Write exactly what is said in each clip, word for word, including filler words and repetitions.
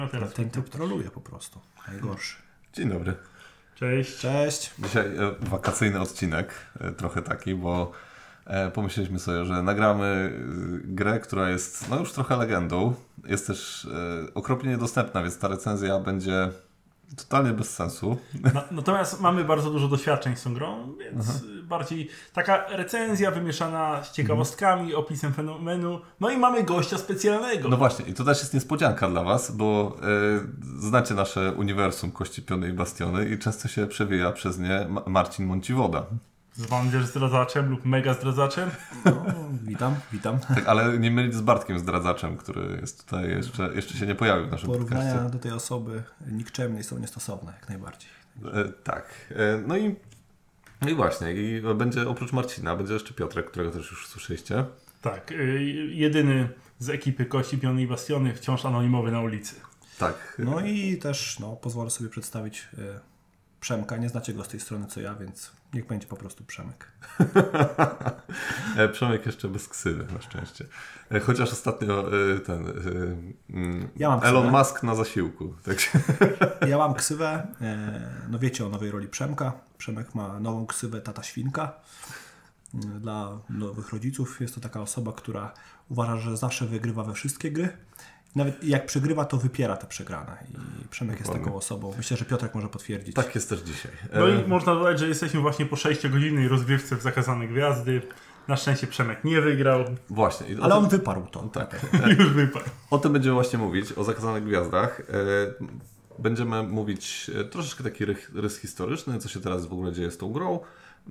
No teraz ten typ troluje po prostu. Najgorszy. Dzień dobry. Cześć. Cześć. Dzisiaj e, wakacyjny odcinek, e, trochę taki, bo e, pomyśleliśmy sobie, że nagramy e, grę, która jest no już trochę legendą. Jest też e, okropnie niedostępna, więc ta recenzja będzie totalnie bez sensu. No, natomiast mamy bardzo dużo doświadczeń z tą grą, więc Aha. bardziej taka recenzja wymieszana z ciekawostkami, mhm. opisem fenomenu. No i mamy gościa specjalnego. No właśnie, i to też jest niespodzianka dla Was, bo e, znacie nasze uniwersum Kości Piony i Bastiony i często się przewija przez nie Ma- Marcin Mąciwoda. Zwany zdradzaczem lub mega zdradzaczem. No, witam, witam. Tak, ale nie mylić z Bartkiem zdradzaczem, który jest tutaj jeszcze, jeszcze się nie pojawił w naszym Porównania podcaście. do tej osoby nikczemnej są niestosowne, jak najbardziej. E, tak. E, no i no i właśnie, i będzie oprócz Marcina, będzie jeszcze Piotrek, którego też już słyszeliście. Tak, y, jedyny z ekipy Kości Piony i Bastiony, wciąż anonimowy na ulicy. Tak. No i też no, pozwolę sobie przedstawić y, Przemka. Nie znacie go z tej strony co ja, więc niech będzie po prostu Przemek. e, Przemek jeszcze bez ksywy, na szczęście. E, chociaż ostatnio e, ten e, ja mam Elon Musk na zasiłku. Tak się... Ja mam ksywę, e, no wiecie o nowej roli Przemka. Przemek ma nową ksywę Tata Świnka. Dla nowych rodziców jest to taka osoba, która uważa, że zawsze wygrywa we wszystkie gry. Nawet jak przegrywa, to wypiera te przegrane. I Przemek jest taką osobą. Myślę, że Piotrek może potwierdzić. Tak jest też dzisiaj. No i można dodać, że jesteśmy właśnie po sześciogodzinnej rozgrywce w Zakazane Gwiazdy. Na szczęście Przemek nie wygrał. Właśnie. I Ale on tym... wyparł to. Tak. Już wyparł. O tym będziemy właśnie mówić, o Zakazanych Gwiazdach. Będziemy mówić troszeczkę taki rys historyczny, co się teraz w ogóle dzieje z tą grą.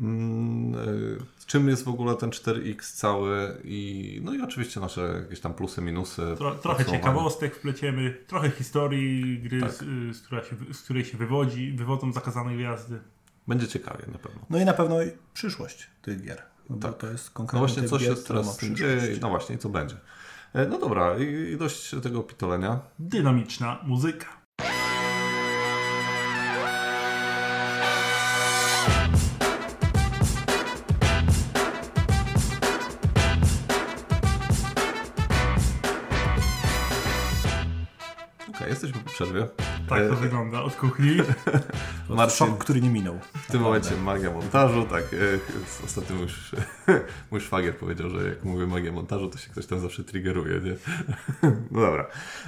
Czym jest w ogóle ten cztery X cały i no i oczywiście nasze jakieś tam plusy, minusy. Tro, trochę ciekawostek wpleciemy, trochę historii gry, tak. z, z, która się, z której się wywodzi, wywodzą Zakazane Gwiazdy. Będzie ciekawie na pewno. No i na pewno przyszłość tych gier. No tak. Bo to jest konkretnie no właśnie, co gier, się teraz dzieje, no właśnie, co będzie. No dobra, i, i dość tego pitolenia. Dynamiczna muzyka. Jesteśmy po przerwie. Tak to e... wygląda od kuchni. Marcin, szok, który nie minął. W tym momencie magia montażu, tak. E, ostatnio mój, mój szwagier powiedział, że jak mówię magia montażu, to się ktoś tam zawsze triggeruje, nie? No dobra.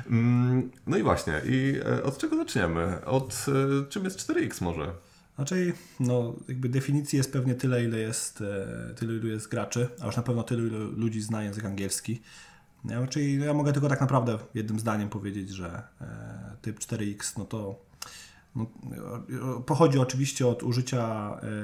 No i właśnie, i od czego zaczniemy? Od czym jest cztery X może? Znaczy, no jakby definicji jest pewnie tyle, ile jest, tyle, ile jest graczy, a już na pewno tyle, ile ludzi zna język angielski. Ja, czyli ja mogę tylko tak naprawdę jednym zdaniem powiedzieć, że e, typ cztery X no to no, pochodzi oczywiście od użycia e,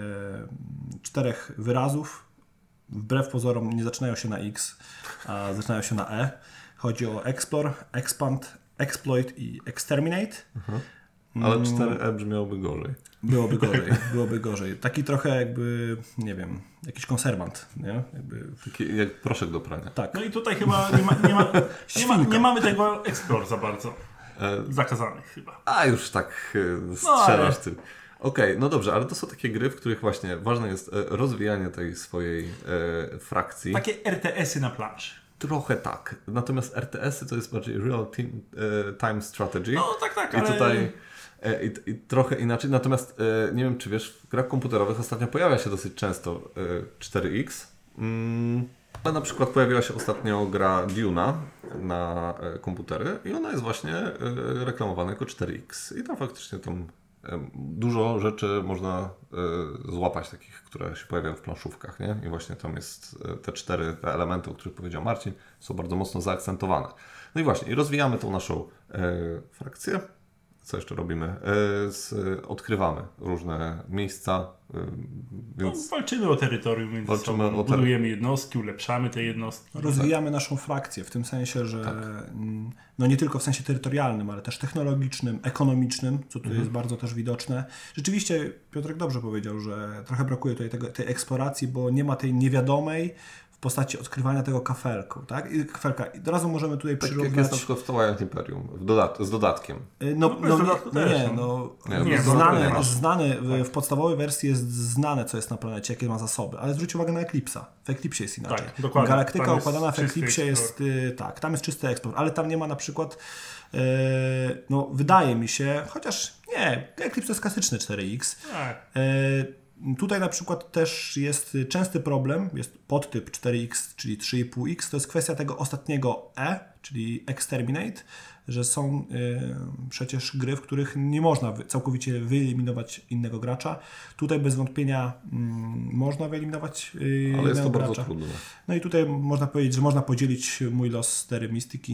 czterech wyrazów. Wbrew pozorom nie zaczynają się na X, a zaczynają się na E. Chodzi o Explore, Expand, Exploit i Exterminate. Mhm. Ale cztery E brzmiałoby gorzej. Byłoby gorzej, byłoby gorzej. Taki trochę jakby, nie wiem, jakiś konserwant, nie? Jakby... Taki jak proszek do prania. Tak. No i tutaj chyba nie, ma, nie, ma, nie, ma, nie mamy tego Explore za bardzo e... zakazanych chyba. A już tak e, strzelasz no, ale... ty. Okej, okay, no dobrze, ale to są takie gry, w których właśnie ważne jest rozwijanie tej swojej e, frakcji. Takie R T S-y na planszy. Trochę tak. Natomiast R T S-y to jest bardziej Real team, e, Time Strategy. No tak, tak, I ale... tutaj e, i, i trochę inaczej. Natomiast e, nie wiem, czy wiesz, w grach komputerowych ostatnio pojawia się dosyć często e, cztery X. Mm, na przykład pojawiła się ostatnio gra Duna na e, komputery i ona jest właśnie e, reklamowana jako cztery X. I tam faktycznie tam e, dużo rzeczy można e, złapać, takich, które się pojawiają w planszówkach, nie? I właśnie tam jest e, te cztery te elementy, o których powiedział Marcin, są bardzo mocno zaakcentowane. No i właśnie, i rozwijamy tą naszą e, frakcję. Co jeszcze robimy? E, z, odkrywamy różne miejsca. E, więc no, walczymy o terytorium między walczymy sobą, o ter... budujemy jednostki, ulepszamy te jednostki. Rozwijamy tak. naszą frakcję w tym sensie, że tak. no nie tylko w sensie terytorialnym, ale też technologicznym, ekonomicznym, co tu mhm. jest bardzo też widoczne. Rzeczywiście Piotrek dobrze powiedział, że trochę brakuje tutaj tego, tej eksploracji, bo nie ma tej niewiadomej w postaci odkrywania tego kafelku, tak? I kafelka. I od razu możemy tutaj tak przyrównać... jak jest na przykład w Twilight Imperium, w dodat- z dodatkiem. No, no, no, no nie, no... nie, nie znany, no, znany w, w podstawowej wersji jest znane, co jest na planecie, jakie ma zasoby, ale zwróć uwagę na Eclipse'a. W Eclipsie jest inaczej. Tak, dokładnie. Galaktyka tam układana w Eclipsie eksport. jest... Tak, tam jest czysty eksport, ale tam nie ma na przykład no wydaje mi się, chociaż nie, Eclipse to jest klasyczny cztery X. Tak. Tutaj na przykład też jest częsty problem, jest podtyp cztery X, czyli trzy i pół X, to jest kwestia tego ostatniego E, czyli Exterminate, że są y, przecież gry, w których nie można wy, całkowicie wyeliminować innego gracza. Tutaj bez wątpienia y, można wyeliminować y, innego Ale jest to gracza. bardzo trudne. No i tutaj można powiedzieć, że można podzielić mój los z Terry Mystici.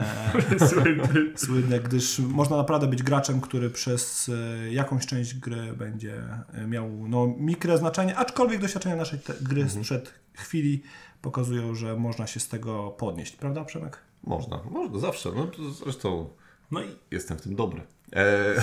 E, słynne, gdyż można naprawdę być graczem, który przez e, jakąś część gry będzie miał no, mikre znaczenie, aczkolwiek doświadczenia naszej te, gry mhm. sprzed chwili pokazują, że można się z tego podnieść. Prawda, Przemek? Można, można, zawsze. No, zresztą no i jestem w tym dobry. Eee...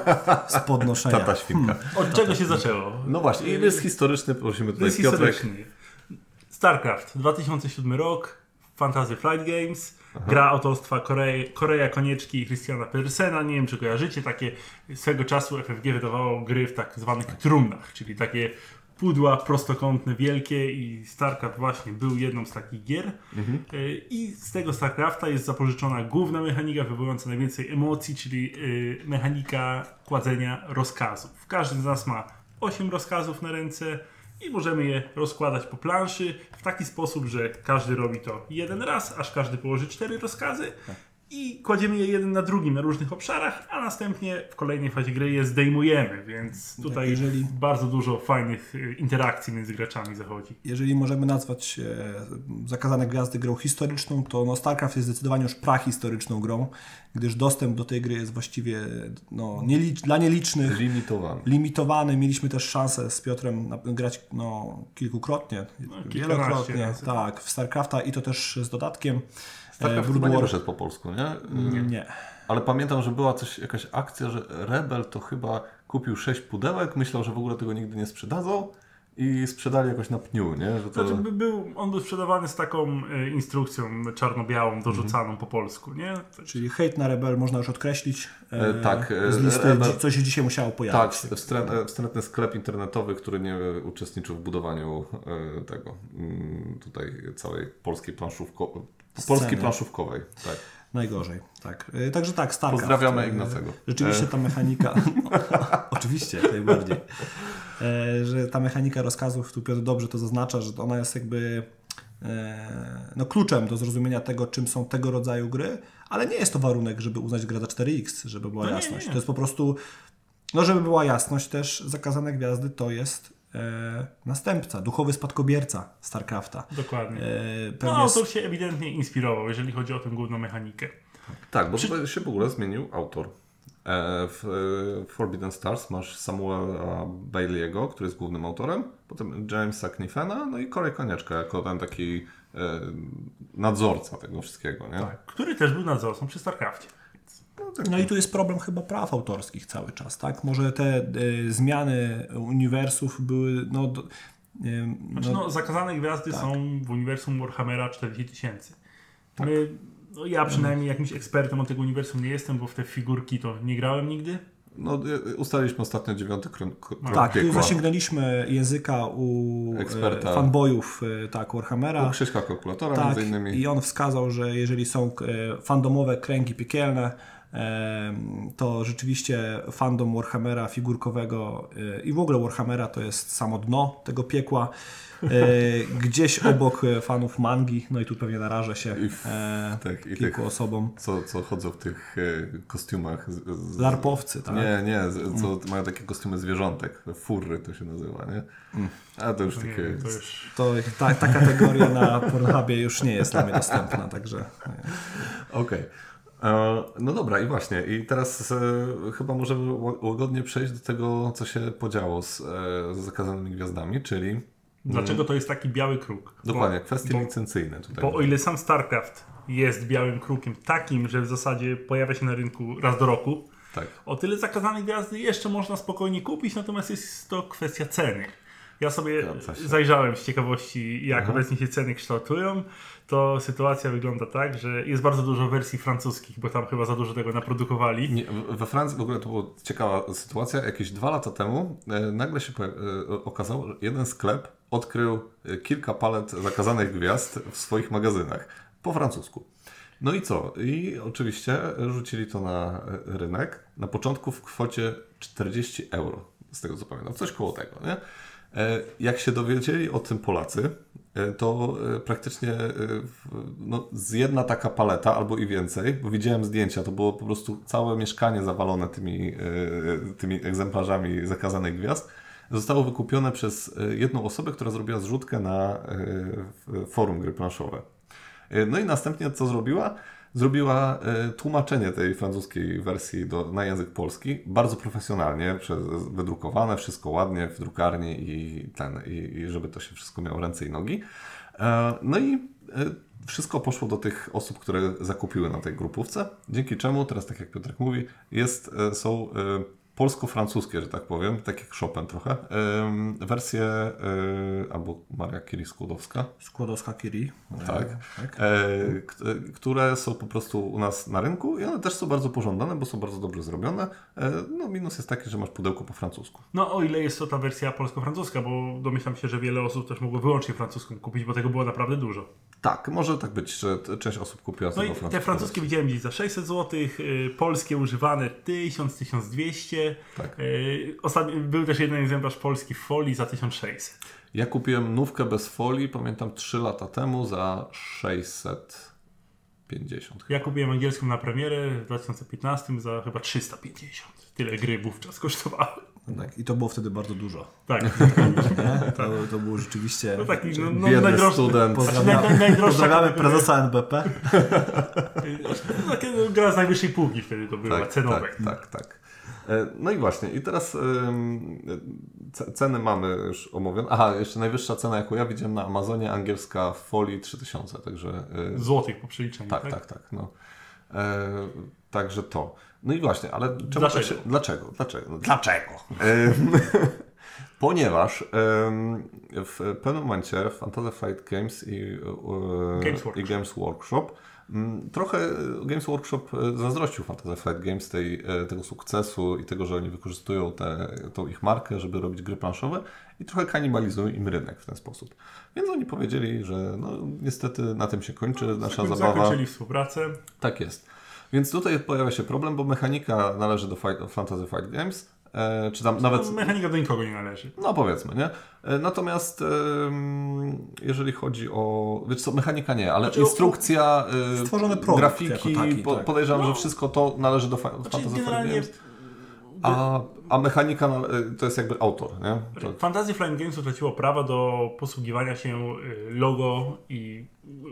Z podnoszenia. Tata świnka. Hmm. Od czego się zaczęło? No właśnie, i jest historyczny, prosimy tutaj jest Piotrek. Historyczny. StarCraft, dwa tysiące siódmy rok, Fantasy Flight Games, Aha. gra autorstwa Korei, Koreja Konieczki i Christiana Pedersena. Nie wiem, czy kojarzycie, takie swego czasu F F G wydawało gry w tak zwanych trumnach, czyli takie pudła prostokątne, wielkie i StarCraft właśnie był jedną z takich gier. Mhm. I z tego StarCrafta jest zapożyczona główna mechanika wywołująca najwięcej emocji, czyli mechanika kładzenia rozkazów. Każdy z nas ma osiem rozkazów na ręce i możemy je rozkładać po planszy w taki sposób, że każdy robi to jeden raz, aż każdy położy cztery rozkazy. Tak. I kładziemy je jeden na drugim na różnych obszarach, a następnie w kolejnej fazie gry je zdejmujemy, więc tutaj jeżeli, bardzo dużo fajnych interakcji między graczami zachodzi. Jeżeli możemy nazwać e, Zakazane Gwiazdy grą historyczną, to no, StarCraft jest zdecydowanie już prahistoryczną grą, gdyż dostęp do tej gry jest właściwie no, nielicz, dla nielicznych limitowany. limitowany. Mieliśmy też szansę z Piotrem na, grać no, kilkukrotnie, no, wielokrotnie, razy, tak, w StarCrafta i to też z dodatkiem. StarCraft chyba nie wyszedł po polsku, nie? Nie. nie. Ale pamiętam, że była coś, jakaś akcja, że Rebel to chyba kupił sześć pudełek, myślał, że w ogóle tego nigdy nie sprzedadzą i sprzedali jakoś na pniu, nie? Że to... Znaczy, był, on był sprzedawany z taką e, instrukcją czarno-białą, dorzucaną mm. po polsku, nie? Czyli hejt na Rebel można już odkreślić e, e, tak, z listy, Rebel... co się dzisiaj musiało pojawić. Tak, wstrętny, wstrętny sklep internetowy, który nie uczestniczył w budowaniu e, tego, m, tutaj całej polskiej planszówko... polskiej planszówkowej. Tak. Najgorzej, tak. E, także tak, StarCraft. Pozdrawiamy Ignacego. Rzeczywiście ta mechanika, oczywiście, najbardziej, e, że ta mechanika rozkazów, tu Piotr dobrze to zaznacza, że ona jest jakby e, no, kluczem do zrozumienia tego, czym są tego rodzaju gry, ale nie jest to warunek, żeby uznać grę za cztery X, żeby była no jasność. Nie, nie. To jest po prostu, no żeby była jasność też, Zakazane Gwiazdy to jest E, następca, duchowy spadkobierca StarCrafta. Dokładnie. E, pewnie no autor się ewidentnie inspirował, jeżeli chodzi o tę główną mechanikę. Tak, bo Przy... tutaj się w ogóle zmienił autor. E, w e, Forbidden Stars masz Samuela Bailey'ego, który jest głównym autorem, potem Jamesa Kniffena, no i Korey Konieczka jako ten taki e, nadzorca tego wszystkiego. Nie? Tak, który też był nadzorcą przy StarCraftie. No, tak. No i tu jest problem chyba praw autorskich cały czas, tak? Może te y, zmiany uniwersów były, no... Do, y, znaczy, no, no Zakazane Gwiazdy tak. są w uniwersum Warhammera czterdzieści tysięcy. Tak. My, no ja przynajmniej jakimś ekspertem od tego uniwersum nie jestem, bo w te figurki to nie grałem nigdy. No, ustaliliśmy ostatnio dziewiąty krok no. Tak, tu zasięgnęliśmy języka u Eksperta. fanboyów tak, Warhammera. U Krzyśka Kalkulatora tak, między innymi. I on wskazał, że jeżeli są fandomowe kręgi piekielne, to rzeczywiście fandom Warhammera figurkowego i w ogóle Warhammera to jest samo dno tego piekła. Gdzieś obok fanów mangi, no i tu pewnie narażę się I w, e, tak, i kilku tych, osobom. Co, co chodzą w tych e, kostiumach. Z, z, Larpowcy, tak? Nie, nie, z, co mm. mają takie kostiumy zwierzątek. Furry to się nazywa, nie? Mm. A to już takie... Nie, to już... to, ta, ta kategoria na Pornhubie już nie jest dla mnie dostępna, także... Okej. Okay. No dobra, i właśnie, i teraz e, chyba możemy łagodnie przejść do tego, co się podziało z, e, z Zakazanymi Gwiazdami, czyli... Dlaczego to jest taki biały kruk? Dokładnie, bo, kwestie bo, licencyjne tutaj. Bo o ile sam StarCraft jest białym krukiem takim, że w zasadzie pojawia się na rynku raz do roku, tak. o tyle Zakazane Gwiazdy jeszcze można spokojnie kupić, natomiast jest to kwestia ceny. Ja sobie zajrzałem z ciekawości, jak Aha. obecnie się ceny kształtują. To sytuacja wygląda tak, że jest bardzo dużo wersji francuskich, bo tam chyba za dużo tego naprodukowali. Nie, we Francji w ogóle to była ciekawa sytuacja. Jakieś dwa lata temu e, nagle się e, okazało, że jeden sklep odkrył kilka palet Zakazanych Gwiazd w swoich magazynach po francusku. No i co? I oczywiście rzucili to na rynek. Na początku w kwocie czterdzieści euro, z tego co pamiętam. Coś koło tego, nie? Jak się dowiedzieli o tym Polacy, to praktycznie no, z jedna taka paleta albo i więcej, bo widziałem zdjęcia, to było po prostu całe mieszkanie zawalone tymi, tymi egzemplarzami zakazanych gwiazd, zostało wykupione przez jedną osobę, która zrobiła zrzutkę na forum gry planszowe. No i następnie co zrobiła? Zrobiła tłumaczenie tej francuskiej wersji do, na język polski, bardzo profesjonalnie, przez, wydrukowane, wszystko ładnie w drukarni i, ten, i, i żeby to się wszystko miało ręce i nogi. No i wszystko poszło do tych osób, które zakupiły na tej grupówce, dzięki czemu, teraz tak jak Piotrek mówi, jest, są polsko-francuskie, że tak powiem, tak jak Chopin trochę, wersje, albo Maria Curie-Skłodowska. Skłodowska-Curie. Tak. tak. E, k- które są po prostu u nas na rynku i one też są bardzo pożądane, bo są bardzo dobrze zrobione. E, no minus jest taki, że masz pudełko po francusku. No o ile jest to ta wersja polsko-francuska, bo domyślam się, że wiele osób też mogło wyłącznie francuską kupić, bo tego było naprawdę dużo. Tak, może tak być, że część osób kupiła no tylko francuskie. Te francuskie widziałem gdzieś za sześćset złotych, y, polskie używane tysiąc, tysiąc dwieście. Tak. Y, ostatnio, był też jeden egzemplarz polski w folii za tysiąc sześćset. Ja kupiłem nówkę bez folii, pamiętam trzy lata temu za sześćset pięćdziesiąt. Ja kupiłem angielską na premierę w dwa tysiące piętnastym za chyba trzysta pięćdziesiąt. Tyle gry wówczas kosztowały. Tak, i to było wtedy bardzo dużo. Tak. to, to było rzeczywiście... No taki, no, no, biedny najdroższy student. Pozdrawiamy, naj, pozdrawiamy prezesa N B P. Takie no, gra z najwyższej półki wtedy to była, tak, cenowej. Tak, tak, tak. No i właśnie, i teraz ym, ceny mamy już omówione. Aha, jeszcze najwyższa cena, jaką ja widziałem na Amazonie, angielska w folii trzy tysiące, także... Yy, Złotych po przeliczeniu, tak? Tak, tak, tak. No. E, także to. No i właśnie, ale czemu dlaczego? Tak się, dlaczego? Dlaczego? No, dlaczego? Ponieważ w pewnym momencie Fantasy Flight Games i, Games Workshop. i Games Workshop trochę Games Workshop zazdrościł Fantasy Flight Games tej, tego sukcesu i tego, że oni wykorzystują te, tą ich markę, żeby robić gry planszowe i trochę kanibalizują im rynek w ten sposób. Więc oni powiedzieli, że no, niestety na tym się kończy no, nasza zabawa. Zakończyli współpracę. Tak jest. Więc tutaj pojawia się problem, bo mechanika należy do Fight, Fantasy Flight Games, e, czy tam nawet... No, mechanika do nikogo nie należy. No powiedzmy, nie? E, natomiast e, jeżeli chodzi o... Wiesz co, mechanika nie, ale znaczy, instrukcja, e, stworzony produkt grafiki, taki, po, tak. podejrzewam, no. że wszystko to należy do Fantasy znaczy, Flight Games. By... A, a mechanika to jest jakby autor, nie? To... Fantasy Flight Games utraciło prawo do posługiwania się logo i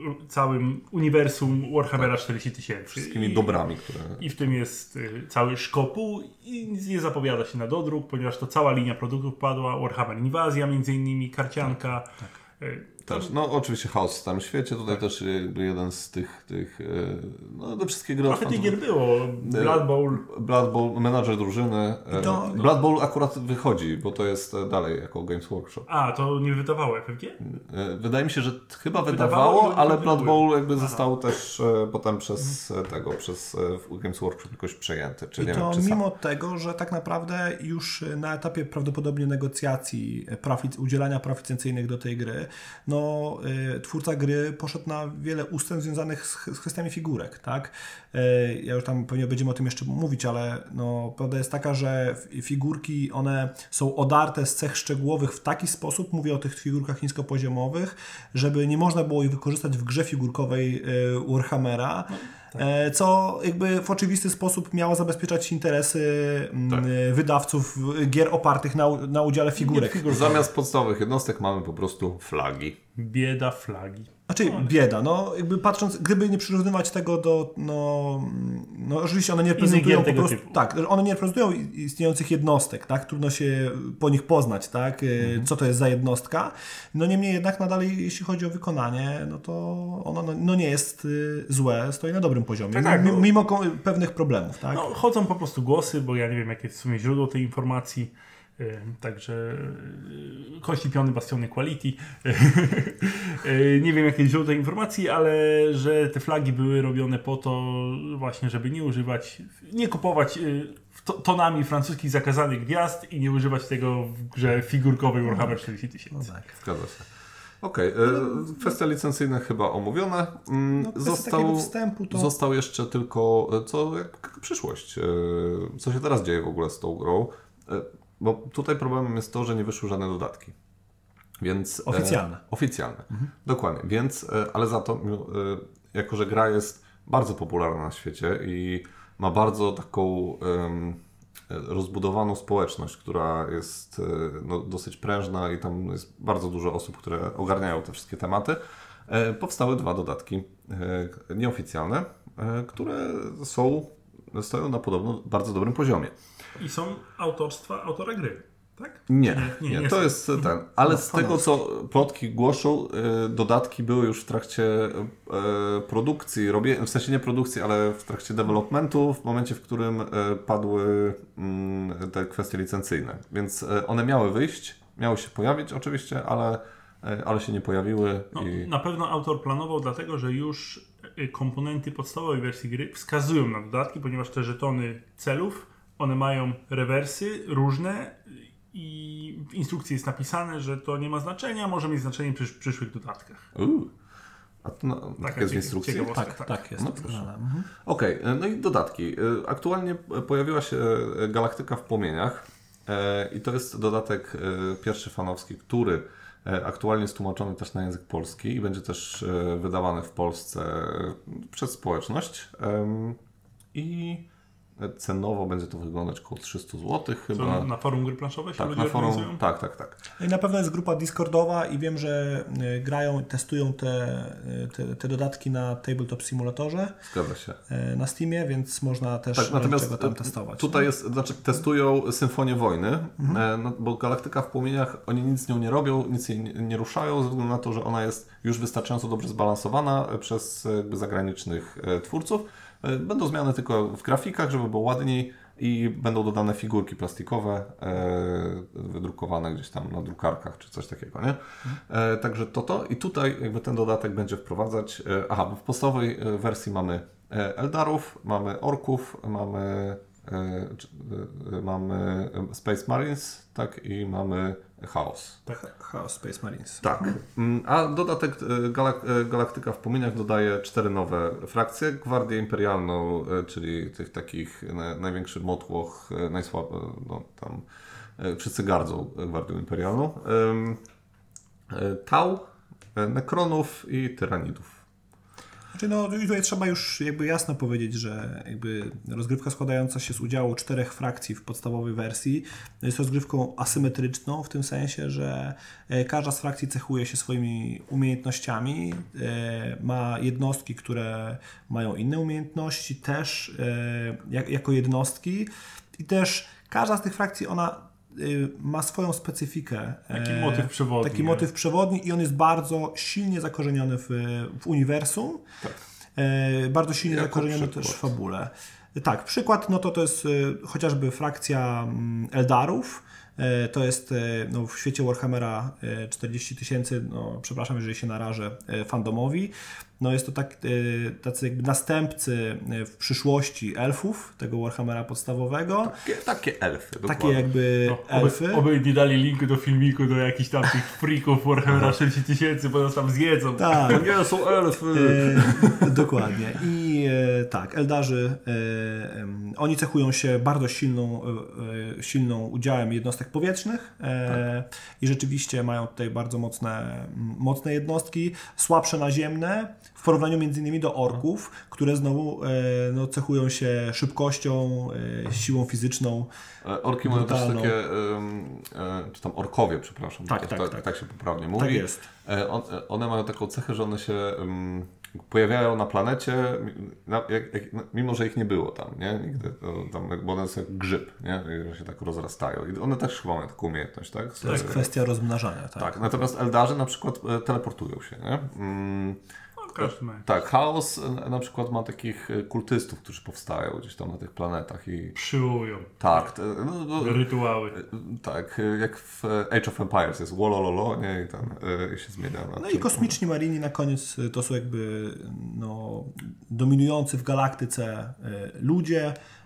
całym uniwersum Warhammera tak. czterdzieści tysięcy. Wszystkimi I, dobrami, które... I w tym jest cały szkopuł i nic nie zapowiada się na dodruk, ponieważ to cała linia produktów padła. Warhammer Inwazja między innymi, karcianka. Tak, tak. Też, no oczywiście chaos w całym świecie, tutaj tak. też jakby jeden z tych, tych no do wszystkich gry. Trochę tych gier było, Blood Bowl. Blood Bowl, menadżer drużyny. To, no. Blood Bowl akurat wychodzi, bo to jest dalej jako Games Workshop. A, to nie wydawało F F G? Wydaje mi się, że chyba wydawało, wydawało ale Blood Bowl jakby Aha. został też e, potem przez hmm. tego, przez e, Games Workshop jakoś przejęty. Czy I nie to wiem, czy mimo sam. tego, że tak naprawdę już na etapie prawdopodobnie negocjacji praw, udzielania praw licencyjnych do tej gry, no y, twórca gry poszedł na wiele ustępstw związanych z, z kwestiami figurek, tak? Y, ja już tam pewnie będziemy o tym jeszcze mówić, ale no, prawda jest taka, że figurki, one są odarte z cech szczegółowych w taki sposób, mówię o tych figurkach niskopoziomowych, żeby nie można było ich wykorzystać w grze figurkowej y, Warhammera, no. Tak. Co jakby w oczywisty sposób miało zabezpieczać interesy tak. wydawców gier opartych na, na udziale figurek. Figur. Zamiast podstawowych jednostek mamy po prostu flagi. Bieda flagi. Znaczy no, bieda, no jakby patrząc, gdyby nie przyrównywać tego do, no, no oczywiście one nie reprezentują po prostu, typu. tak, one nie reprezentują istniejących jednostek, tak, trudno się po nich poznać, tak, mhm. co to jest za jednostka, no niemniej jednak nadal jeśli chodzi o wykonanie, no to ono no, no nie jest y, złe, stoi na dobrym poziomie, tak, tak, m- mimo ko- pewnych problemów, tak. No chodzą po prostu głosy, bo ja nie wiem jakie jest w sumie źródło tej informacji. Także kości, piony, bastiony, quality. Nie wiem jakie źródło tej informacji, ale że te flagi były robione po to właśnie, żeby nie używać, nie kupować tonami francuskich zakazanych gwiazd i nie używać tego w grze figurkowej Warhammer czterdzieści tysięcy. No tak. Zgadza się. Okej, okay. no, kwestia licencyjna chyba omówiona. No, został, wstępu to... został jeszcze tylko, co jak przyszłość. Co się teraz dzieje w ogóle z tą grą? Bo tutaj problemem jest to, że nie wyszły żadne dodatki. Więc, oficjalne. E, oficjalne, mhm. Dokładnie. Więc, e, ale za to, e, jako że gra jest bardzo popularna na świecie i ma bardzo taką e, rozbudowaną społeczność, która jest e, no, dosyć prężna i tam jest bardzo dużo osób, które ogarniają te wszystkie tematy, e, powstały dwa dodatki e, nieoficjalne, e, które są, stoją na podobno bardzo dobrym poziomie. I są autorstwa autora gry. Tak? Nie, nie, nie, nie to jest ten. Ale no, z tego, co plotki głoszą, y, dodatki były już w trakcie y, produkcji, robię, w sensie nie produkcji, ale w trakcie developmentu, w momencie, w którym y, padły y, te kwestie licencyjne. Więc y, one miały wyjść, miały się pojawić oczywiście, ale, y, ale się nie pojawiły. No, i... Na pewno autor planował, dlatego że już komponenty podstawowej wersji gry wskazują na dodatki, ponieważ te żetony celów, one mają rewersy różne, i w instrukcji jest napisane, że to nie ma znaczenia, może mieć znaczenie przy przyszłych dodatkach. Uuu. A to no, tak jest w instrukcji? Tak, tak, tak jest. No, mhm. Okej, okay, no i dodatki. Aktualnie pojawiła się Galaktyka w płomieniach i to jest dodatek pierwszy fanowski, który aktualnie jest tłumaczony też na język polski i będzie też wydawany w Polsce przez społeczność. I cenowo będzie to wyglądać około trzysta złotych chyba. Co, na forum gry planszowe się tak, ludzie na forum, organizują? Tak, tak, tak. I na pewno jest grupa Discordowa i wiem, że grają, testują te, te, te dodatki na Tabletop Simulatorze. Zgadza się. Na Steamie, więc można też tak, natomiast czego tam testować. Tutaj jest, znaczy testują Symfonię Wojny, mhm. no, bo Galaktyka w płomieniach, oni nic z nią nie robią, nic jej nie, nie ruszają, ze względu na to, że ona jest już wystarczająco dobrze zbalansowana przez jakby zagranicznych twórców. Będą zmiany tylko w grafikach, żeby było ładniej i będą dodane figurki plastikowe e, wydrukowane gdzieś tam na drukarkach czy coś takiego, nie? E, także to to i tutaj jakby ten dodatek będzie wprowadzać, e, aha, bo w podstawowej wersji mamy Eldarów, mamy Orków, mamy e, e, mamy Space Marines, tak, i mamy Chaos. Tak, Chaos Space Marines. Tak. A dodatek Galak- Galaktyka w płomieniach dodaje cztery nowe frakcje. Gwardię Imperialną, czyli tych takich największy motłoch, najsłab... no tam wszyscy gardzą Gwardią Imperialną. Tau, Nekronów i Tyranidów. Znaczy no tutaj trzeba już jakby jasno powiedzieć, że jakby rozgrywka składająca się z udziału czterech frakcji w podstawowej wersji jest rozgrywką asymetryczną w tym sensie, że każda z frakcji cechuje się swoimi umiejętnościami, ma jednostki, które mają inne umiejętności też jako jednostki i też każda z tych frakcji ona ma swoją specyfikę. Taki motyw przewodni. Taki motyw przewodni i on jest bardzo silnie zakorzeniony w, w uniwersum. Tak. E, bardzo silnie jako zakorzeniony przykład. Też w fabule. Tak, przykład no to to jest e, chociażby frakcja Eldarów. E, to jest e, no, w świecie Warhammera e, czterdzieści tysięcy, no, przepraszam, jeżeli się narażę e, fandomowi. No jest to tak, tacy jakby następcy w przyszłości elfów, tego Warhammera podstawowego. Takie, takie elfy. Takie dokładnie. Jakby no, elfy. Oby, oby nie dali linku do filmiku do jakichś tam tych freaków Warhammera czterdzieści tysięcy, bo nas tam zjedzą. Tak. Nie, są elfy. E, dokładnie. I e, tak, Eldarzy, e, e, oni cechują się bardzo silną, e, silną udziałem jednostek powietrznych e, tak. i rzeczywiście mają tutaj bardzo mocne, mocne jednostki, słabsze naziemne, w porównaniu między innymi do orków, które znowu e, no, cechują się szybkością, e, siłą fizyczną. Orki mają też takie, e, e, czy tam orkowie, przepraszam, tak, tak, tak, tak. tak się poprawnie mówi. Tak jest. E, on, one mają taką cechę, że one się um, pojawiają na planecie, na, jak, jak, mimo że ich nie było tam, nie? Nigdy, to, tam, bo one są jak grzyb, nie? Że się tak rozrastają. I one też chyba mają taką umiejętność, tak? To jest kwestia rozmnażania, tak. Tak, natomiast Eldarzy na przykład teleportują się, nie? Mm, Tak, Chaos na przykład ma takich kultystów, którzy powstają gdzieś tam na tych planetach i... Przyłują. Tak. No, no, rytuały. Tak, jak w Age of Empires jest wolololo, nie? I tam y, się zmienia. Na no i kosmiczni marini na koniec to są jakby no, dominujący w galaktyce y, ludzie,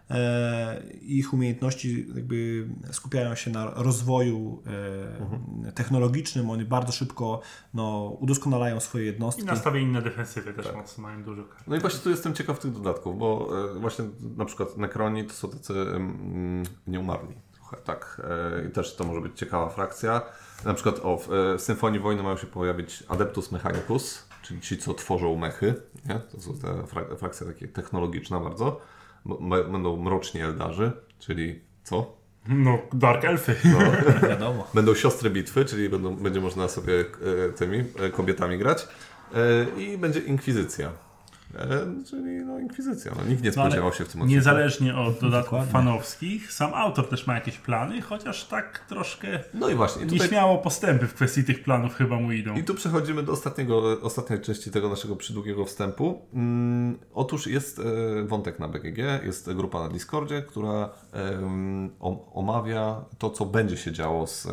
e, ich umiejętności jakby skupiają się na rozwoju e, mhm. technologicznym, oni bardzo szybko no, udoskonalają swoje jednostki. I nastawieni na defensywę też tak. mocno mają dużo kart. No i właśnie tu jestem ciekaw tych dodatków, bo e, właśnie na przykład Necroni to są tacy mm, nieumarli. Tak, i też to może być ciekawa frakcja. Na przykład o, w Symfonii Wojny mają się pojawić Adeptus Mechanicus, czyli ci, co tworzą mechy. Nie? To są te frak- frakcja takie technologiczna bardzo. B- będą mroczni Eldarzy, czyli co? No, Dark Elfy. No, wiadomo. Będą siostry bitwy, czyli będą, będzie można sobie e, tymi e, kobietami grać. E, I będzie Inkwizycja. E, czyli no Inkwizycja. No, nikt nie spodziewał się w tym odcinku. Niezależnie od dodatków Dokładnie. fanowskich, sam autor też ma jakieś plany, chociaż tak troszkę no i właśnie, i tutaj... nieśmiało postępy w kwestii tych planów chyba mu idą. I tu przechodzimy do ostatniego, ostatniej części tego naszego przydługiego wstępu. Mm, otóż jest e, wątek na B G G, jest grupa na Discordzie, która e, omawia to, co będzie się działo z, e,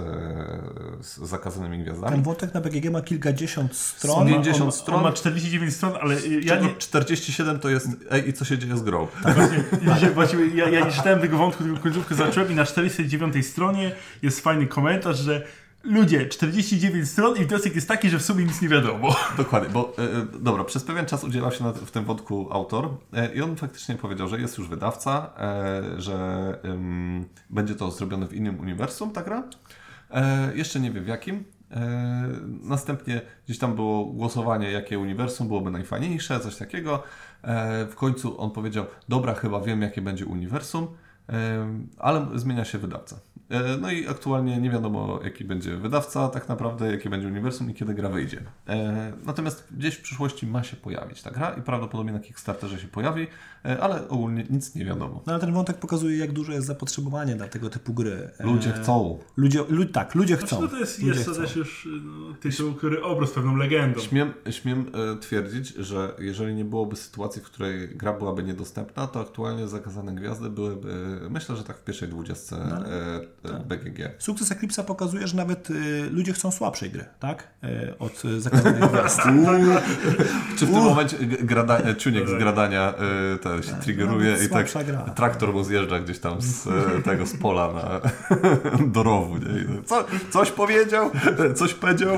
z zakazanymi gwiazdami. Ten wątek na B G G ma kilkadziesiąt stron. pięćdziesiąt on, stron. On ma czterdzieści dziewięć stron, ale ja nie... czterdzieści siedem to jest ej, i co się dzieje z grą. Tak, właśnie, ja, właściwie ja, ja nie czytałem tego wątku, tylko końcówkę zacząłem i na czterdziestej dziewiątej stronie jest fajny komentarz, że ludzie, czterdzieści dziewięć stron i wniosek jest taki, że w sumie nic nie wiadomo. Dokładnie, bo e, dobra, przez pewien czas udzielał się na, w tym wątku autor e, i on faktycznie powiedział, że jest już wydawca, e, że e, będzie to zrobione w innym uniwersum, ta gra. E, jeszcze nie wie w jakim. E, następnie gdzieś tam było głosowanie, jakie uniwersum byłoby najfajniejsze, coś takiego. E, w końcu on powiedział, dobra, chyba wiem, jakie będzie uniwersum, e, ale zmienia się wydawca. E, no i aktualnie nie wiadomo, jaki będzie wydawca tak naprawdę, jakie będzie uniwersum i kiedy gra wyjdzie. E, natomiast gdzieś w przyszłości ma się pojawić ta gra i prawdopodobnie na Kickstarterze się pojawi, e, ale ogólnie nic nie wiadomo. No ale ten wątek pokazuje, jak duże jest zapotrzebowanie na tego typu gry. E, ludzie chcą. Ludzie, lu, tak, ludzie chcą. Znaczy, no to jest, ludzie jest to też już no, tytuł, który obrósł pewną legendą. Śmiem, śmiem e, twierdzić, że jeżeli nie byłoby sytuacji, w której gra byłaby niedostępna, to aktualnie Zakazane Gwiazdy byłyby, myślę, że tak w pierwszej dwudziestce no, e, tak. B G G. Sukces Eclipse'a pokazuje, że nawet y, ludzie chcą słabszej gry, tak? Y, od y, Zakazanych Gwiazd. Czy w tym momencie grada, ciuniek z gradania y, to się triggeruje i tak gra. Traktor mu zjeżdża gdzieś tam z tego z pola na, do rowu. Nie? Co, coś powiedział? Coś powiedział?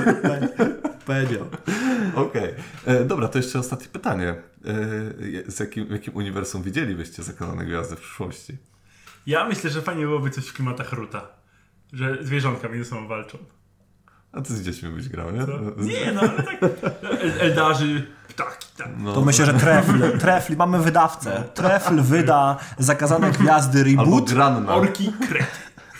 Powiedział. Okej. Okay. Dobra, to jeszcze ostatnie pytanie. E, z jakim, w jakim uniwersum widzielibyście Zakazane Gwiazdy w przyszłości? Ja myślę, że fajnie byłoby coś w klimatach Ruta. Że zwierzątka między sobą walczą. A ty z dziećmi byś grał, nie? Co? Nie, no ale tak. Eldarzy, ptaki, tak. No. To myślę, że Trefl, Trefl, mamy wydawcę. Trefl wyda Zakazane Gwiazdy reboot. Albo Granna. Orki, krety.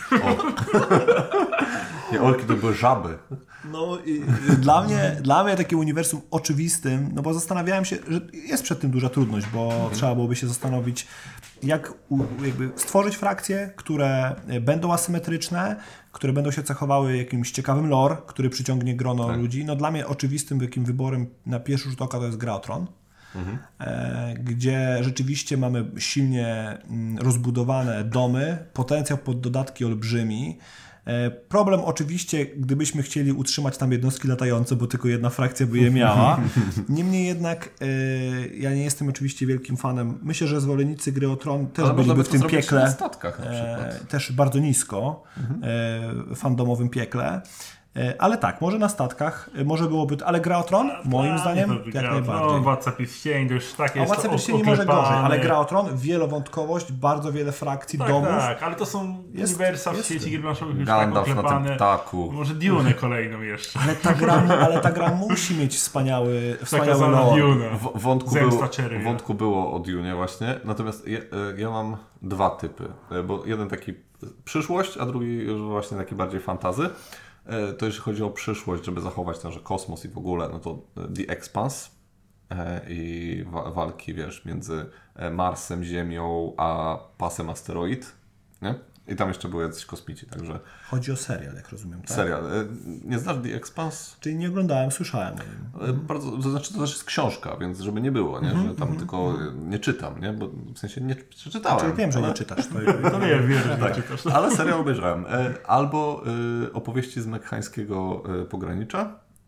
Nie, orki to były żaby. No i dla mnie, dla mnie takie uniwersum oczywistym, no bo zastanawiałem się, że jest przed tym duża trudność, bo mhm. trzeba byłoby się zastanowić, jak u, jakby stworzyć frakcje, które będą asymetryczne, które będą się cechowały jakimś ciekawym lore, który przyciągnie grono tak. ludzi. No dla mnie oczywistym takim wyborem na pierwszy rzut oka to jest gra o Tron. Mhm. E, gdzie rzeczywiście mamy silnie m, rozbudowane domy, potencjał pod dodatki olbrzymi. E, problem oczywiście, gdybyśmy chcieli utrzymać tam jednostki latające, bo tylko jedna frakcja by je miała. Niemniej jednak e, ja nie jestem oczywiście wielkim fanem. Myślę, że zwolennicy gry o Tron też ale byliby w tym piekle. Na statkach na e, też bardzo nisko mhm. e, fandomowym piekle. Ale tak, może na statkach, może byłoby, ale Gra o Tron, moim A, zdaniem, jak najbardziej. No, Władca Pierścieni, to już takie jest. A Władca Pierścieni może gorzej, ale Gra o Tron, wielowątkowość, bardzo wiele frakcji, tak, domów. Tak, ale to są jest, uniwersa w sieci gier planszowych już Gandalf tak oklepane. Na tym ptaku. Może Dune kolejną jeszcze. Ale ta gra, ale ta gra musi mieć wspaniały, wspaniały lore. W, wątku, było, wątku było o Dune właśnie, natomiast ja, ja mam dwa typy, bo jeden taki przyszłość, a drugi już właśnie taki bardziej fantazy. To jeśli chodzi o przyszłość, żeby zachować tenże kosmos i w ogóle, no to The Expanse i walki, wiesz, między Marsem, Ziemią, a pasem asteroid, nie? I tam jeszcze były jacyś kosmici, także... Chodzi o serial, jak rozumiem, tak? Serial. Nie znasz The Expanse? Czyli nie oglądałem, słyszałem o nim. Bardzo, to znaczy, to też jest książka, więc żeby nie było, nie? Mm-hmm, że tam mm-hmm. tylko nie czytam, nie? Bo w sensie nie przeczytałem. Znaczy, wiem, że ale... nie czytasz. To, to nie wiem, że tak. nie czytasz. Ale serial obejrzałem. Albo y, opowieści z mekhańskiego y, pogranicza,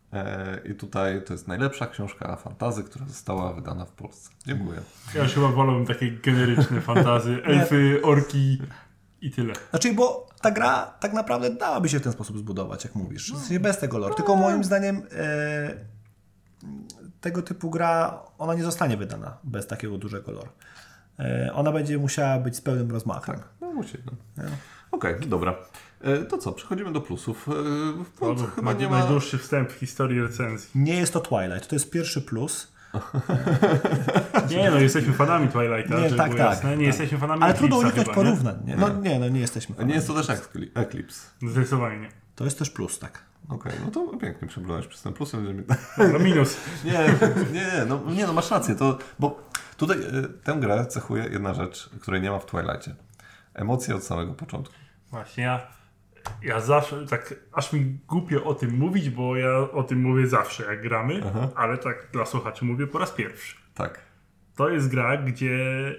I tutaj to jest najlepsza książka fantasy, która została wydana w Polsce. Dziękuję. Ja już chyba wolałbym takie generyczne fantasy, elfy, orki i tyle. Znaczy, bo ta gra tak naprawdę dałaby się w ten sposób zbudować, jak mówisz. W sensie bez tego lore. Tylko moim zdaniem e, tego typu gra, ona nie zostanie wydana bez takiego dużego lore. E, ona będzie musiała być z pełnym rozmachem. Tak, no musi. No. Ja. Okej, okay, dobra. E, to co, przechodzimy do plusów. E, to to chyba nie ma... Najdłuższy wstęp w historii recenzji. Nie jest to Twilight, to jest pierwszy plus. Nie, no jesteśmy fanami Twilighta, nie, tak, tak, jasne. Nie tak. jesteśmy fanami Ale trudno unikać porównań. Nie? No nie, no nie jesteśmy fanami. Nie jest to też Eclipse. Zdecydowanie nie. To jest też plus, tak. Okej, okay, no to pięknie przebrnąłeś przez ten plus. No minus. nie, nie, no, nie, no masz rację, to, bo tutaj y, tę grę cechuje jedna rzecz, której nie ma w Twilightie. Emocje od samego początku. Właśnie, ja, ja zawsze, tak aż mi głupio o tym mówić, bo ja o tym mówię zawsze, jak gramy, Aha. ale tak dla słuchaczy mówię po raz pierwszy. Tak. To jest gra, gdzie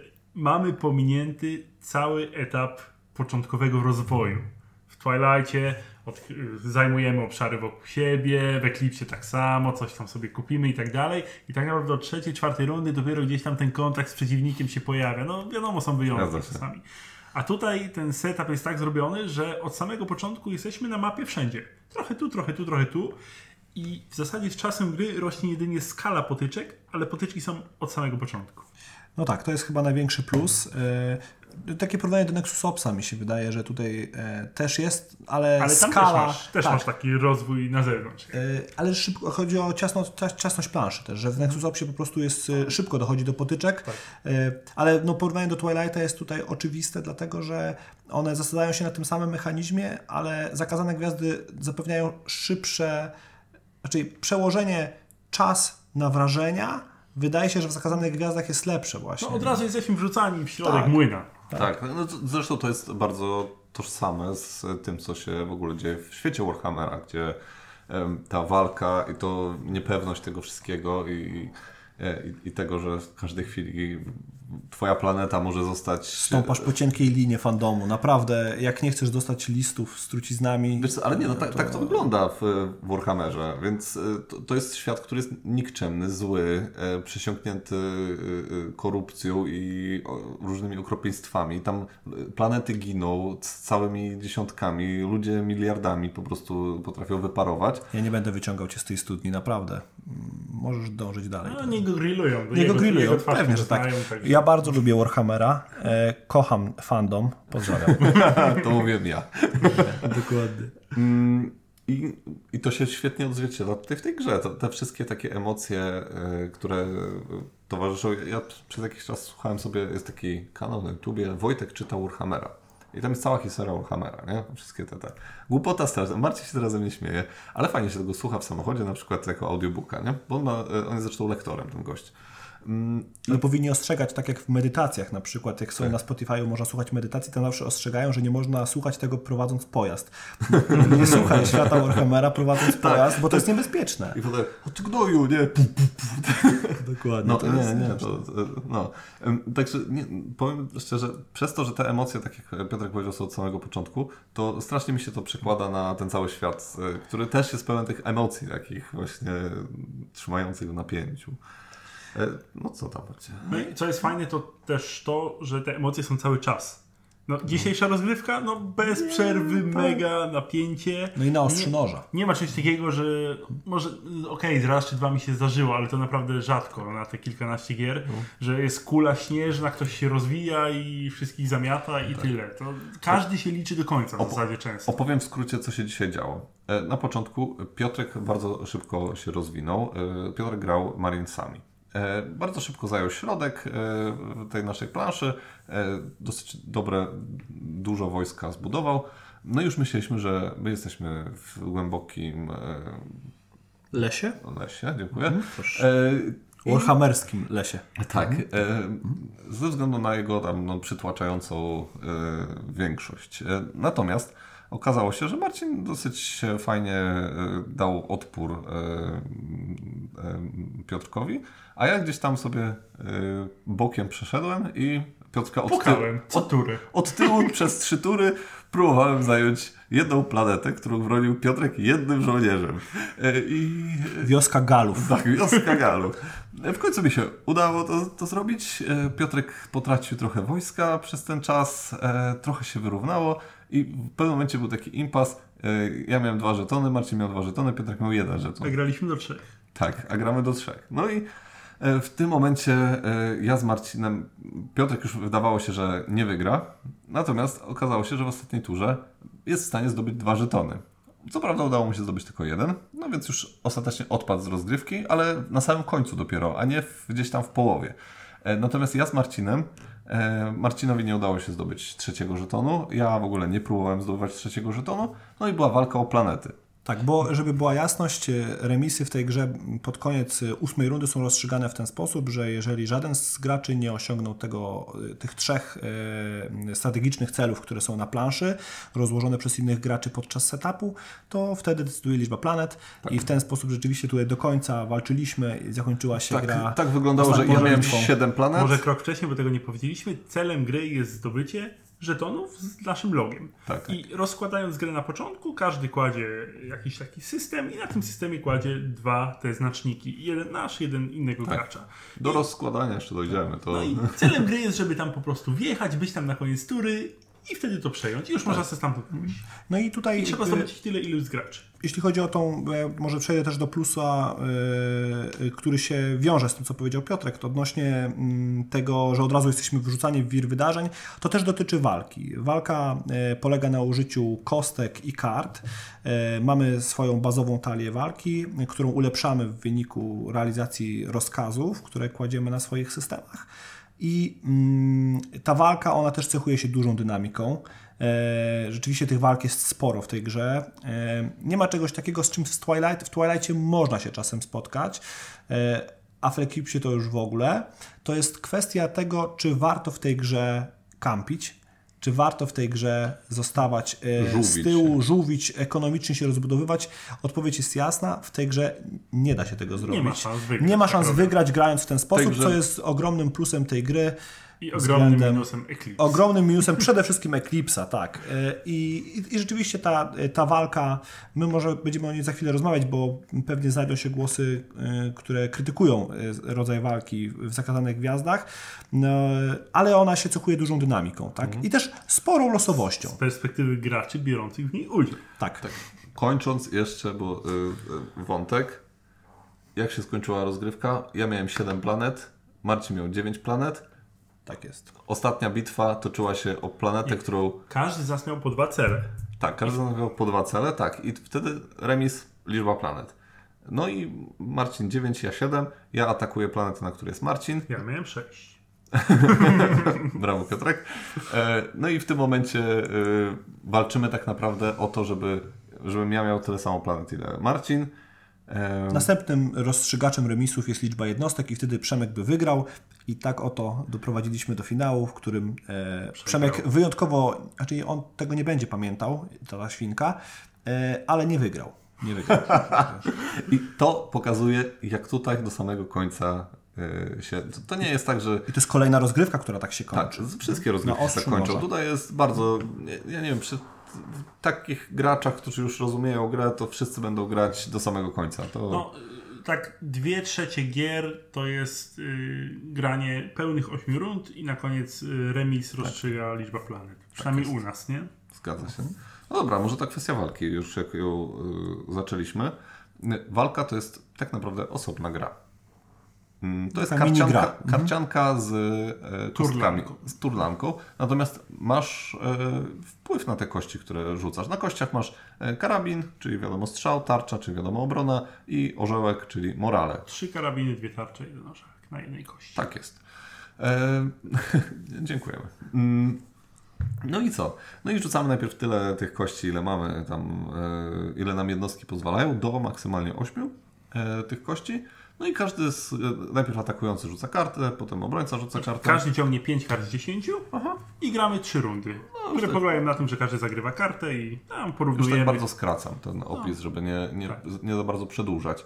mamy pominięty cały etap początkowego rozwoju. W Twilightie od, zajmujemy obszary wokół siebie, w Eclipsie tak samo, coś tam sobie kupimy i tak dalej. I tak naprawdę do trzeciej, czwartej rundy dopiero gdzieś tam ten kontakt z przeciwnikiem się pojawia. No wiadomo, są wyjątki czasami. A tutaj ten setup jest tak zrobiony, że od samego początku jesteśmy na mapie wszędzie. Trochę tu, trochę tu, trochę tu. I w zasadzie z czasem gry rośnie jedynie skala potyczek, ale potyczki są od samego początku. No tak, to jest chyba największy plus. Yy, takie porównanie do Nexus Opsa mi się wydaje, że tutaj yy, też jest, ale, ale tam skala... też, masz, też tak. masz taki rozwój na zewnątrz. Yy, ale szybko, chodzi o ciasno, ciasność planszy też, że w Nexus Opsie po prostu jest yy, szybko dochodzi do potyczek, tak. yy, ale no, porównanie do Twilighta jest tutaj oczywiste, dlatego że one zasadają się na tym samym mechanizmie, ale zakazane gwiazdy zapewniają szybsze, znaczy przełożenie czas na wrażenia. Wydaje się, że w Zakazanych Gwiazdach jest lepsze właśnie. No od razu jesteśmy wrzucani w środek tak. młyna. Tak, tak. No, zresztą to jest bardzo tożsame z tym, co się w ogóle dzieje w świecie Warhammera, gdzie um, ta walka i to niepewność tego wszystkiego i, i, i tego, że w każdej chwili twoja planeta może zostać... Stąpasz po cienkiej linie fandomu. Naprawdę, jak nie chcesz dostać listów z truciznami... Wiesz co, ale nie, no tak to... tak to wygląda w, w Warhammerze, więc to, to jest świat, który jest nikczemny, zły, e, przesiąknięty e, korupcją i o, różnymi okropieństwami. Tam planety giną z całymi dziesiątkami, ludzie miliardami po prostu potrafią wyparować. Ja nie będę wyciągał cię z tej studni, naprawdę. Możesz dążyć dalej. No, nie go grillują. Nie go grillują, pewnie, że tak. tak. Ja bardzo lubię Warhammera, e, kocham fandom, pozdrawiam. To mówię ja. Dokładnie. Mm, i, I to się świetnie odzwierciedla tutaj w tej grze. To, te wszystkie takie emocje, y, które towarzyszą. Ja przez jakiś czas słuchałem sobie, jest taki kanał na YouTubie, Wojtek czyta Warhammera. I tam jest cała historia Warhammera, nie? Wszystkie te, te głupota straszna. Marcin się teraz ze mnie śmieje, ale fajnie się tego słucha w samochodzie, na przykład jako audiobooka, nie? Bo on, ma, on jest zresztą lektorem, ten gość. Mm, ale powinni ostrzegać, tak jak w medytacjach na przykład, jak sobie tak. na Spotify'u można słuchać medytacji, to zawsze ostrzegają, że nie można słuchać tego prowadząc pojazd. Nie słuchaj świata Warhammera prowadząc tak. pojazd, bo to jest niebezpieczne. I potem, o ty gnoju, nie? Dokładnie. No, to nie, nie, to, no. Także nie, powiem szczerze, przez to, że te emocje, tak jak Piotrek powiedział, są od samego początku, to strasznie mi się to przekłada na ten cały świat, który też jest pełen tych emocji takich właśnie trzymających w napięciu. No co tam będzie? No i co jest fajne, to też to, że te emocje są cały czas. No, dzisiejsza rozgrywka, no bez przerwy, mega napięcie. No i na ostrzu nie, noża. Nie ma czegoś takiego, że może okej, okay, raz czy dwa mi się zdarzyło, ale to naprawdę rzadko na te kilkanaście gier, no. że jest kula śnieżna, ktoś się rozwija i wszystkich zamiata i tak. tyle. To każdy się liczy do końca w Opo- zasadzie często. Opowiem w skrócie, co się dzisiaj działo. Na początku Piotrek bardzo szybko się rozwinął. Piotrek grał Marinesami. E, bardzo szybko zajął środek e, tej naszej planszy, e, dosyć dobre, dużo wojska zbudował. No i już myśleliśmy, że my jesteśmy w głębokim e, lesie. Lesie, dziękuję. Mhm, e, Warhammerskim lesie. Tak, e, ze względu na jego tam no, przytłaczającą e, większość. E, natomiast okazało się, że Marcin dosyć fajnie dał odpór Piotrkowi, a ja gdzieś tam sobie bokiem przeszedłem i Piotrka od, Pukałem, ty- co tury. od, od tyłu przez trzy tury próbowałem zająć jedną planetę, którą bronił Piotrek jednym żołnierzem. I... Wioska Galów. Tak, wioska Galów. W końcu mi się udało to, to zrobić. Piotrek potracił trochę wojska przez ten czas, trochę się wyrównało i w pewnym momencie był taki impas. Ja miałem dwa żetony, Marcin miał dwa żetony, Piotrek miał jeden żeton. A graliśmy do trzech. Tak, a gramy do trzech. No i w tym momencie ja z Marcinem, Piotrek już wydawało się, że nie wygra, natomiast okazało się, że w ostatniej turze jest w stanie zdobyć dwa żetony. Co prawda udało mu się zdobyć tylko jeden, no więc już ostatecznie odpadł z rozgrywki, ale na samym końcu dopiero, a nie w, gdzieś tam w połowie. Natomiast ja z Marcinem, Marcinowi nie udało się zdobyć trzeciego żetonu, ja w ogóle nie próbowałem zdobywać trzeciego żetonu, no i była walka o planety. Tak, bo żeby była jasność, remisy w tej grze pod koniec ósmej rundy są rozstrzygane w ten sposób, że jeżeli żaden z graczy nie osiągnął tego, tych trzech e, strategicznych celów, które są na planszy, rozłożone przez innych graczy podczas setupu, to wtedy decyduje liczba planet tak. I w ten sposób rzeczywiście tutaj do końca walczyliśmy i zakończyła się tak, gra. Tak wyglądało, że ja miałem siedem planet. Może krok wcześniej, bo tego nie powiedzieliśmy. Celem gry jest zdobycie żetonów z naszym logiem. Tak, tak. I rozkładając grę na początku, każdy kładzie jakiś taki system i na tym systemie kładzie dwa te znaczniki. Jeden nasz, jeden innego tak. gracza. Do I, rozkładania jeszcze dojdziemy. To... No i celem gry jest, żeby tam po prostu wjechać, być tam na koniec tury i wtedy to przejąć. I już tak. Można sobie stamtąd pójść. No i tutaj... I trzeba zdobyć tyle, ilu jest graczy. Jeśli chodzi o tą, może przejdę też do plusa, yy, który się wiąże z tym, co powiedział Piotrek, to odnośnie yy, tego, że od razu jesteśmy wrzucani w wir wydarzeń, to też dotyczy walki. Walka yy, polega na użyciu kostek i kart. Yy, mamy swoją bazową talię walki, yy, którą ulepszamy w wyniku realizacji rozkazów, które kładziemy na swoich systemach. I mm, ta walka, ona też cechuje się dużą dynamiką. E, rzeczywiście tych walk jest sporo w tej grze. E, nie ma czegoś takiego, z czym w, Twilight, w Twilightie można się czasem spotkać, e, a w Eclipsie to już w ogóle. To jest kwestia tego, czy warto w tej grze kampić, czy warto w tej grze zostawać e, z tyłu, się. żółwić, ekonomicznie się rozbudowywać. Odpowiedź jest jasna, w tej grze nie da się tego zrobić. Nie ma szans wygrać, nie ma szans tak wygrać grając w ten sposób, grze... co jest ogromnym plusem tej gry. I ogromnym minusem Eclipse. Ogromnym minusem przede wszystkim Eclipse'a, tak. I, i, i rzeczywiście ta, ta walka, my może będziemy o niej za chwilę rozmawiać, bo pewnie znajdą się głosy, które krytykują rodzaj walki w Zakazanych Gwiazdach, no, ale ona się cechuje dużą dynamiką, tak? Mhm. I też sporą losowością. Z perspektywy graczy biorących w niej udział. Tak. tak. Kończąc jeszcze, bo y, wątek, jak się skończyła rozgrywka, ja miałem siedem planet, Marcin miał dziewięć planet. Tak jest. Ostatnia bitwa toczyła się o planetę, Nie. którą... Każdy z nas miał po dwa cele. Tak, każdy z nas miał po dwa cele, tak. I wtedy remis, liczba planet. No i Marcin dziewięć, ja siedem. Ja atakuję planetę, na której jest Marcin. Ja miałem sześć. Brawo, Piotrek. No i w tym momencie walczymy tak naprawdę o to, żeby, żebym ja miał tyle samo planet, ile Marcin. Następnym rozstrzygaczem remisów jest liczba jednostek i wtedy Przemek by wygrał. I tak oto doprowadziliśmy do finału, w którym e, Przemek wyjątkowo, znaczy on tego nie będzie pamiętał, ta świnka, e, ale nie wygrał. Nie wygrał. I to pokazuje, jak tutaj do samego końca e, się... To, to nie jest tak, że... I to jest kolejna rozgrywka, która tak się kończy. Tak, wszystkie rozgrywki się tak kończą. Może. Tutaj jest bardzo... Ja nie wiem, przy takich graczach, którzy już rozumieją grę, to wszyscy będą grać do samego końca. To... No, tak, dwie trzecie gier to jest y, granie pełnych ośmiu rund i na koniec y, remis rozstrzyga tak. liczba planet. Przynajmniej tak u nas, nie? Zgadza się. No dobra, może ta kwestia walki, już jak ją y, zaczęliśmy. Walka to jest tak naprawdę osobna gra. To jest karcianka, karcianka z e, kostkami, z turlanką, natomiast masz e, wpływ na te kości, które rzucasz. Na kościach masz e, karabin, czyli wiadomo strzał, tarcza, czyli wiadomo obrona i orzełek, czyli morale. Trzy karabiny, dwie tarcze, jeden orzełek na jednej kości. Tak jest. E, dziękujemy. Mm, no i co? No i rzucamy najpierw tyle tych kości, ile mamy tam, e, ile nam jednostki pozwalają, do maksymalnie ośmiu e, tych kości. No i każdy z, najpierw atakujący rzuca kartę, potem obrońca rzuca kartę. Każdy ciągnie pięć kart z dziesięciu Aha. i gramy trzy rundy, no, które tak. polegają na tym, że każdy zagrywa kartę i tam porównujemy. Już tak bardzo skracam ten opis, no. żeby nie, nie, tak. nie za bardzo przedłużać.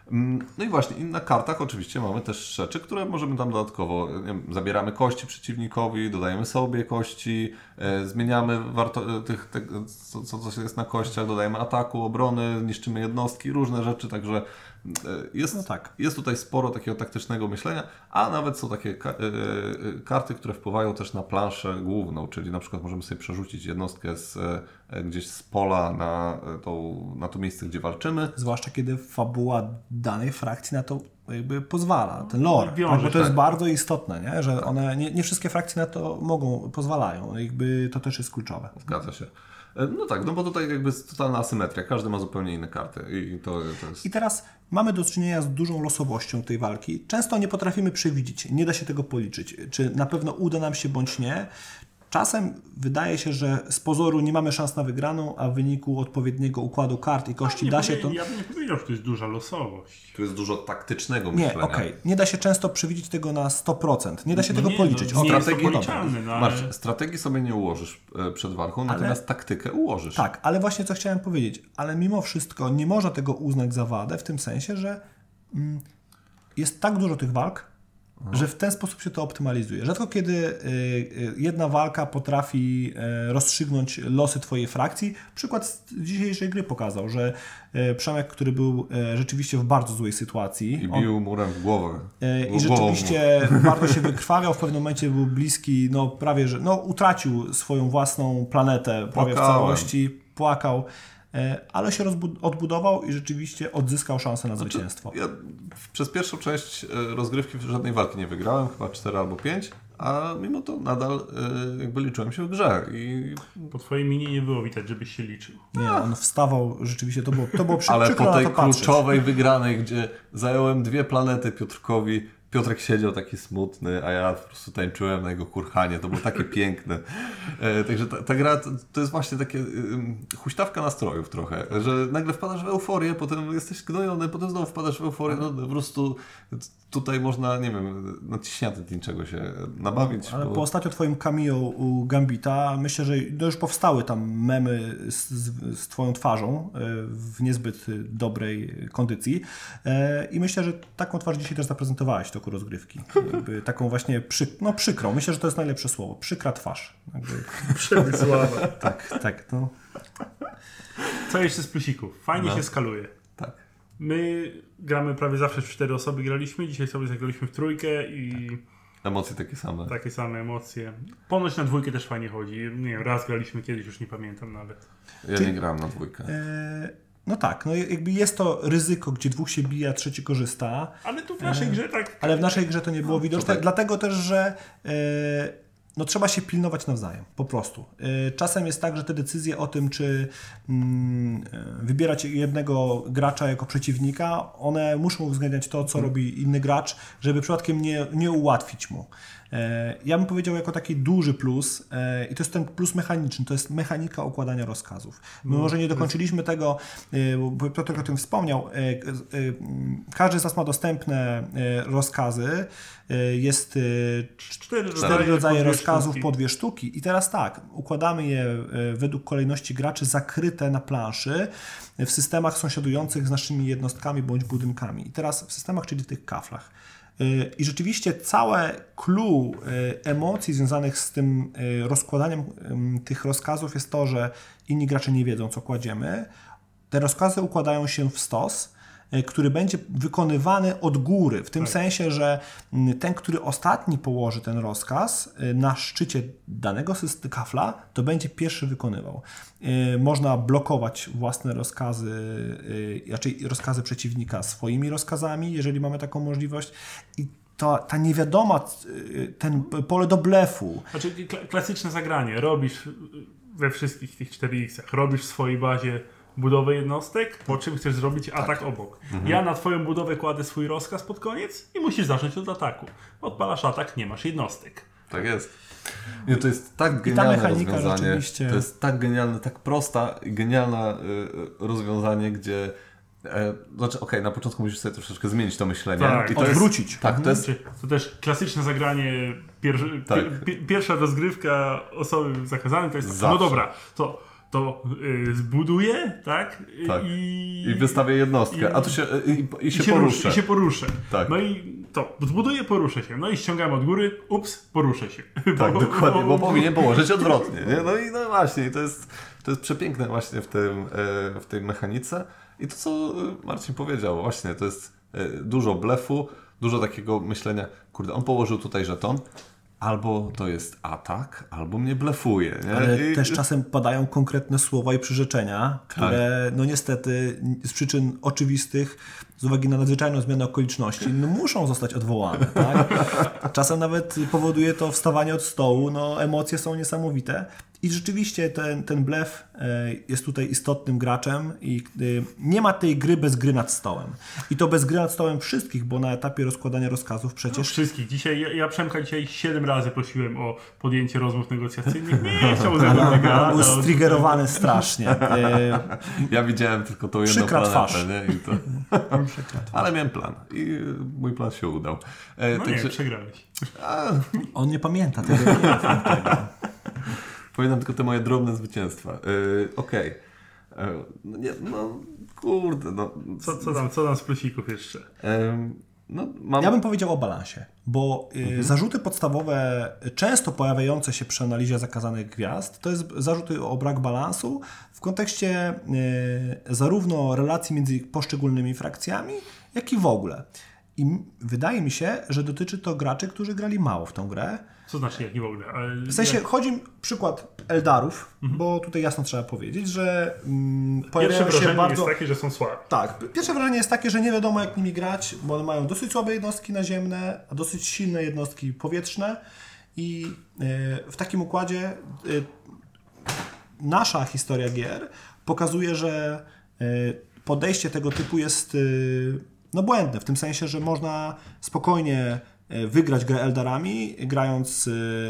No i właśnie, i na kartach oczywiście mamy też rzeczy, które możemy tam dodatkowo, nie wiem, zabieramy kości przeciwnikowi, dodajemy sobie kości, e, zmieniamy warto- tych, te, co, co, co jest na kościach, dodajemy ataku, obrony, niszczymy jednostki, różne rzeczy, także Jest, no tak. jest tutaj sporo takiego taktycznego myślenia, a nawet są takie ka- y- karty, które wpływają też na planszę główną, czyli na przykład możemy sobie przerzucić jednostkę z, y- gdzieś z pola na, tą, na to miejsce, gdzie walczymy. Zwłaszcza kiedy fabuła danej frakcji na to jakby pozwala, ten lore, Wiąże, bo to tak. jest bardzo istotne, nie? Że one, nie, nie wszystkie frakcje na to mogą, pozwalają, jakby to też jest kluczowe. Zgadza się. No tak, no bo tutaj jakby jest totalna asymetria, każdy ma zupełnie inne karty i to, to jest... I teraz mamy do czynienia z dużą losowością tej walki. Często nie potrafimy przewidzieć, nie da się tego policzyć, czy na pewno uda nam się bądź nie. Czasem wydaje się, że z pozoru nie mamy szans na wygraną, a w wyniku odpowiedniego układu kart i kości ja da się powie- to... Ja bym nie powiedział, że to jest duża losowość. Tu jest dużo taktycznego Nie, myślenia. okej. Okay. Nie da się często przewidzieć tego na sto procent. Nie da się No tego nie, policzyć. no, O, nie jest to strategii- policzalne, no, ale... Marcin, strategii sobie nie ułożysz e, przed walką, Ale- natomiast taktykę ułożysz. Tak, ale właśnie co chciałem powiedzieć. Ale mimo wszystko nie można tego uznać za wadę w tym sensie, że mm, jest tak dużo tych walk, że w ten sposób się to optymalizuje. Rzadko kiedy y, y, jedna walka potrafi y, rozstrzygnąć losy twojej frakcji. Przykład z dzisiejszej gry pokazał, że y, Przemek, który był y, rzeczywiście w bardzo złej sytuacji. I on- bił murem w głowę. E, I W głową mu. rzeczywiście bardzo się wykrwawiał, w pewnym momencie był bliski, no prawie, że no, utracił swoją własną planetę prawie w Płakałem. całości, płakał, e, ale się rozbud- odbudował i rzeczywiście odzyskał szansę na zwycięstwo. Ja przez pierwszą część e, rozgrywki żadnej walki nie wygrałem, chyba cztery albo pięć, a mimo to nadal e, jakby liczyłem się w grze. I... Po twojej minie nie było widać, żebyś się liczył. Nie, on wstawał, rzeczywiście to było, to było przy, Ale przykro po na tej to patrzeć. kluczowej wygranej, gdzie zająłem dwie planety Piotrkowi, Piotrek siedział taki smutny, a ja po prostu tańczyłem na jego kurhanie. To było takie piękne. E, także ta, ta gra to, to jest właśnie takie y, huśtawka nastrojów trochę, że nagle wpadasz w euforię, potem jesteś gnojony, potem znowu wpadasz w euforię. No po prostu tutaj można, nie wiem, no ciśniatyniczego się nabawić. Ale bo... po ostatnio twoim cameo u Gambita myślę, że no już powstały tam memy z, z, z twoją twarzą e, w niezbyt dobrej kondycji e, i myślę, że taką twarz dzisiaj też zaprezentowałeś w toku rozgrywki. Jakby taką właśnie przy, no przykrą. Myślę, że to jest najlepsze słowo. Przykra twarz. Jakby, Przemysława. tak, tak. No. Co jeszcze z plusików? Fajnie No. się skaluje. Tak. My gramy prawie zawsze w cztery osoby graliśmy, dzisiaj sobie zagraliśmy w trójkę i Emocje takie same. takie same emocje. Ponoć na dwójkę też fajnie chodzi. Nie wiem, raz graliśmy kiedyś, już nie pamiętam nawet. Ja Czyli- nie grałem na dwójkę. E, no tak, no jakby jest to ryzyko, gdzie dwóch się bije, a trzeci korzysta. Ale tu w naszej grze tak... Ale w naszej grze to nie było widoczne, tutaj- dlatego też, że e, no, trzeba się pilnować nawzajem, po prostu. E, czasem jest tak, że te decyzje o tym, czy mm, e, wybierać jednego gracza jako przeciwnika, one muszą uwzględniać to, co robi inny gracz, żeby przypadkiem nie, nie ułatwić mu. E, ja bym powiedział jako taki duży plus, e, i to jest ten plus mechaniczny, to jest mechanika układania rozkazów. My może nie dokończyliśmy tego, e, bo Piotr o tym wspomniał. E, e, e, każdy z nas ma dostępne e, rozkazy. E, jest e, Cztery, cztery rodzaje po dwie rozkazów sztuki. po dwie sztuki i teraz tak, układamy je e, według kolejności graczy zakryte na planszy w systemach sąsiadujących z naszymi jednostkami bądź budynkami. I teraz w systemach, czyli w tych kaflach. Y, I rzeczywiście całe clue y, emocji związanych z tym y, rozkładaniem ym, tych rozkazów jest to, że inni gracze nie wiedzą, co kładziemy. Te rozkazy układają się w stos, y, który będzie wykonywany od góry, w tym Tak. sensie, że y, ten, który ostatni położy ten rozkaz y, na szczycie danego syst- kafla, to będzie pierwszy wykonywał. Y, Można blokować własne rozkazy, y, raczej rozkazy przeciwnika swoimi rozkazami, jeżeli mamy taką możliwość. I ta, ta niewiadoma, y, ten pole do blefu. Znaczy kla- klasyczne zagranie. Robisz y, we wszystkich tych cztery iksach, robisz w swojej bazie budowę jednostek, po czym chcesz zrobić atak obok. Ja na twoją budowę kładę swój rozkaz pod koniec i musisz zacząć od ataku. Odpalasz atak, nie masz jednostek. Tak jest. Nie, to jest tak genialne mechanika rozwiązanie. rzeczywiście- To jest tak genialne, tak prosta i genialne y, y, rozwiązanie, gdzie e, znaczy, okej, na początku musisz sobie troszeczkę zmienić to myślenie. Tak. I to Odwrócić. Jest, tak, to jest Znaczy, to też klasyczne zagranie, pier, Tak. pi, pi, pierwsza rozgrywka osoby zakazanej to jest, Zawsze. no dobra, to to y, zbuduję, tak? tak. I, I wystawię jednostkę, i, a tu się, i, i się, i się poruszę. Ruszę, I się poruszę. Tak. No i to, zbuduję, poruszę się. No i ściągam od góry, ups, poruszę się. Tak, bo, dokładnie, bo, bo powinien położyć odwrotnie. Nie? No i no właśnie, to jest, to jest przepiękne właśnie w, tym, w tej mechanice. I to, co Marcin powiedział, właśnie, to jest dużo blefu, dużo takiego myślenia, kurde, on położył tutaj żeton, albo to jest atak, albo mnie blefuje. Nie? Ale I... też czasem padają konkretne słowa i przyrzeczenia, które tak. no niestety z przyczyn oczywistych, z uwagi na nadzwyczajną zmianę okoliczności, no muszą zostać odwołane. Tak? Czasem nawet powoduje to wstawanie od stołu, no emocje są niesamowite. I rzeczywiście ten, ten blef jest tutaj istotnym graczem i nie ma tej gry bez gry nad stołem. I to bez gry nad stołem wszystkich, bo na etapie rozkładania rozkazów przecież... No, wszystkich. Dzisiaj, ja, ja Przemka dzisiaj siedem razy prosiłem o podjęcie rozmów negocjacyjnych. Nie chciał ze mną wygadać. Był striggerowany strasznie. Ja widziałem tylko tą jedną Przykra planetę. twarz. Nie? I to... Ale miałem plan. I mój plan się udał. E, no tak nie, się... przegrałeś. A... On nie pamięta tego. Nie tego. Pamiętam tylko te moje drobne zwycięstwa. Yy, Okej. Okay. Yy, no, nie, no kurde. No. Co, co, tam, co tam z plusików jeszcze? Yy, no, mam... Ja bym powiedział o balansie, bo yy, mhm. zarzuty podstawowe, często pojawiające się przy analizie zakazanych gwiazd, to jest zarzuty o brak balansu w kontekście yy, zarówno relacji między poszczególnymi frakcjami, jak i w ogóle. I wydaje mi się, że dotyczy to graczy, którzy grali mało w tą grę. Co znaczy jak i w ogóle? Ale w sensie, jak... chodzi przykład Eldarów, mhm. bo tutaj jasno trzeba powiedzieć, że mm, pojawiają Pierwsze się wrażenie bardzo... jest takie, że są słabe. Tak, pierwsze wrażenie jest takie, że nie wiadomo jak nimi grać, bo one mają dosyć słabe jednostki naziemne, a dosyć silne jednostki powietrzne i y, w takim układzie y, nasza historia gier pokazuje, że y, podejście tego typu jest y, no błędne, w tym sensie, że można spokojnie wygrać grę Eldarami, grając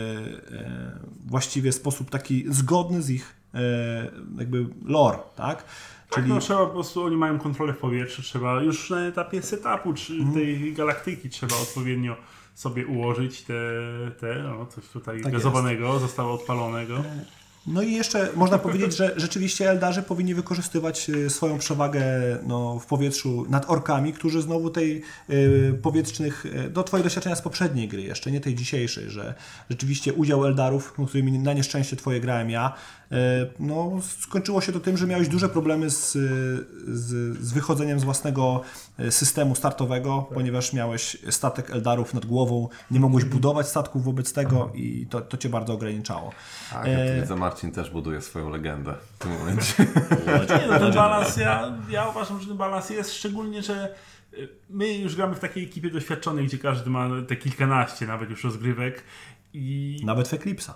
właściwie w sposób taki zgodny z ich jakby lore, tak? Czyli... Tak, no trzeba po prostu, oni mają kontrolę w powietrzu, trzeba już na etapie setupu czy mm. tej galaktyki trzeba odpowiednio sobie ułożyć te, te no, coś tutaj tak gazowanego, jest. Zostało odpalonego. No i jeszcze można powiedzieć, że rzeczywiście Eldarzy powinni wykorzystywać swoją przewagę no, w powietrzu nad orkami, którzy znowu tej y, powietrznych, do twojego doświadczenia z poprzedniej gry jeszcze, nie tej dzisiejszej, że rzeczywiście udział Eldarów, no, którymi na nieszczęście twoje grałem ja, y, no skończyło się to tym, że miałeś duże problemy z, z, z wychodzeniem z własnego systemu startowego, tak. ponieważ miałeś statek Eldarów nad głową, nie mogłeś budować statków wobec tego i to, to cię bardzo ograniczało. Tak, ja tu widzę, Marcin też buduje swoją legendę w tym momencie. Nie, no ten balans, ja, ja uważam, że ten balans jest, szczególnie, że my już gramy w takiej ekipie doświadczonej, gdzie każdy ma te kilkanaście nawet już rozgrywek. I... Nawet w Eclipse'a.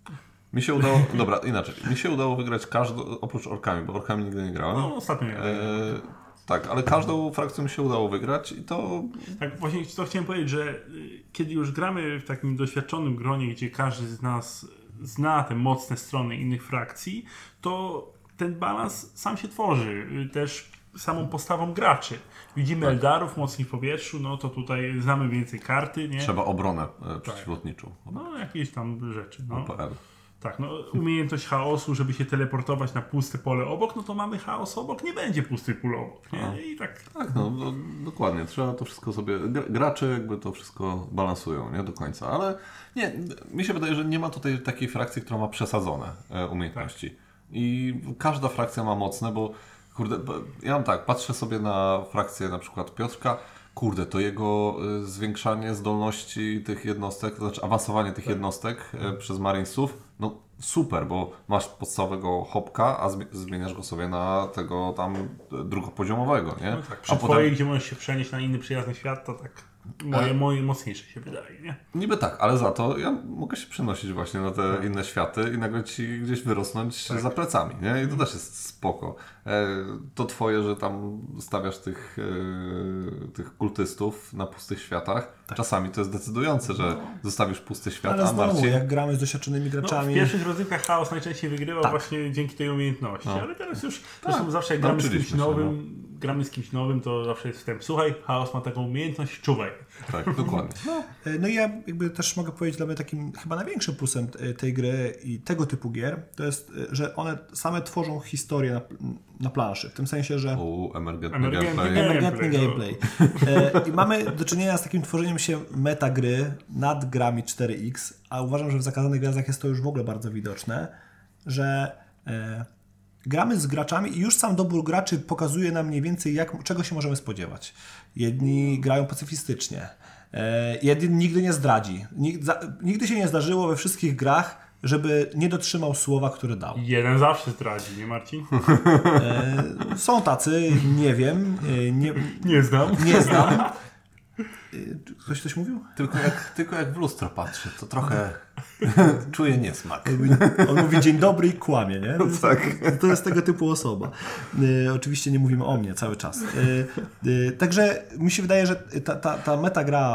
Mi się udało, dobra, inaczej, mi się udało wygrać każdą, oprócz orkami, bo orkami nigdy nie grałem. No, ostatnio nie grałem. E, tak, ale każdą frakcją mi się udało wygrać i to... Tak, właśnie to chciałem powiedzieć, że kiedy już gramy w takim doświadczonym gronie, gdzie każdy z nas zna te mocne strony innych frakcji, to ten balans sam się tworzy. Też samą postawą graczy. Widzimy tak. Eldarów mocniej w powietrzu, no to tutaj znamy więcej karty, nie? Trzeba obronę e, przeciwlotniczą. No jakieś tam rzeczy. No. O P L. Tak, no umiejętność chaosu, żeby się teleportować na puste pole obok, no to mamy chaos obok, nie będzie pusty pól obok, nie? I tak... Tak, no, no dokładnie, trzeba to wszystko sobie, gracze jakby to wszystko balansują, nie, do końca, ale nie, mi się wydaje, że nie ma tutaj takiej frakcji, która ma przesadzone e, umiejętności tak. I każda frakcja ma mocne, bo kurde, ja mam tak, patrzę sobie na frakcję na przykład Piotrka, kurde, to jego y, zwiększanie zdolności tych jednostek, to znaczy awansowanie tych tak. jednostek y, przez Marinesów, no super, bo masz podstawowego hopka, a zmieniasz go sobie na tego tam drugopoziomowego, nie? No tak, przy a twojej, potem... gdzie możesz się przenieść na inny przyjazny świat, to tak moje, e... moje mocniejsze się wydaje, nie? Niby tak, ale za to ja mogę się przenosić właśnie na te tak. inne światy i nagle ci gdzieś wyrosnąć tak. za plecami, nie? I to też jest spoko. E, to twoje, że tam stawiasz tych, e, tych kultystów na pustych światach, tak. czasami to jest decydujące, że zostawisz pusty świat, ale a znowu, Marcin... jak gramy z doświadczonymi graczami... No, w pierwszych rozgrywkach chaos najczęściej wygrywał tak. właśnie dzięki tej umiejętności, no. ale teraz już tak. zawsze jak gramy z kimś nowym, gramy z kimś nowym, to zawsze jest wstęp. Słuchaj, Chaos ma taką umiejętność, czuwaj. Tak, dokładnie. No, no i ja jakby też mogę powiedzieć, dla mnie takim chyba największym plusem tej gry i tego typu gier, to jest, że one same tworzą historię na, na planszy. W tym sensie, że... U, emergentny Emergentny gameplay. Emergentny gameplay, gameplay. E, I mamy do czynienia z takim tworzeniem się metagry nad grami cztery X, a uważam, że w Zakazanych Gwiazdach jest to już w ogóle bardzo widoczne, że e, gramy z graczami i już sam dobór graczy pokazuje nam mniej więcej, jak, czego się możemy spodziewać. Jedni grają pacyfistycznie, e, jeden nigdy nie zdradzi. Nig, za, nigdy się nie zdarzyło we wszystkich grach, żeby nie dotrzymał słowa, które dał. Jeden zawsze zdradzi, nie Marcin? E, są tacy, nie wiem, e, nie, Nie znam. nie znam. E, ktoś coś mówił? Tylko jak, tylko jak w lustro patrzy, to trochę czuję niesmak. On mówi dzień dobry i kłamie, nie? To jest, Tak. to jest tego typu osoba. E, oczywiście nie mówimy o mnie cały czas. E, e, także mi się wydaje, że ta, ta, ta metagra,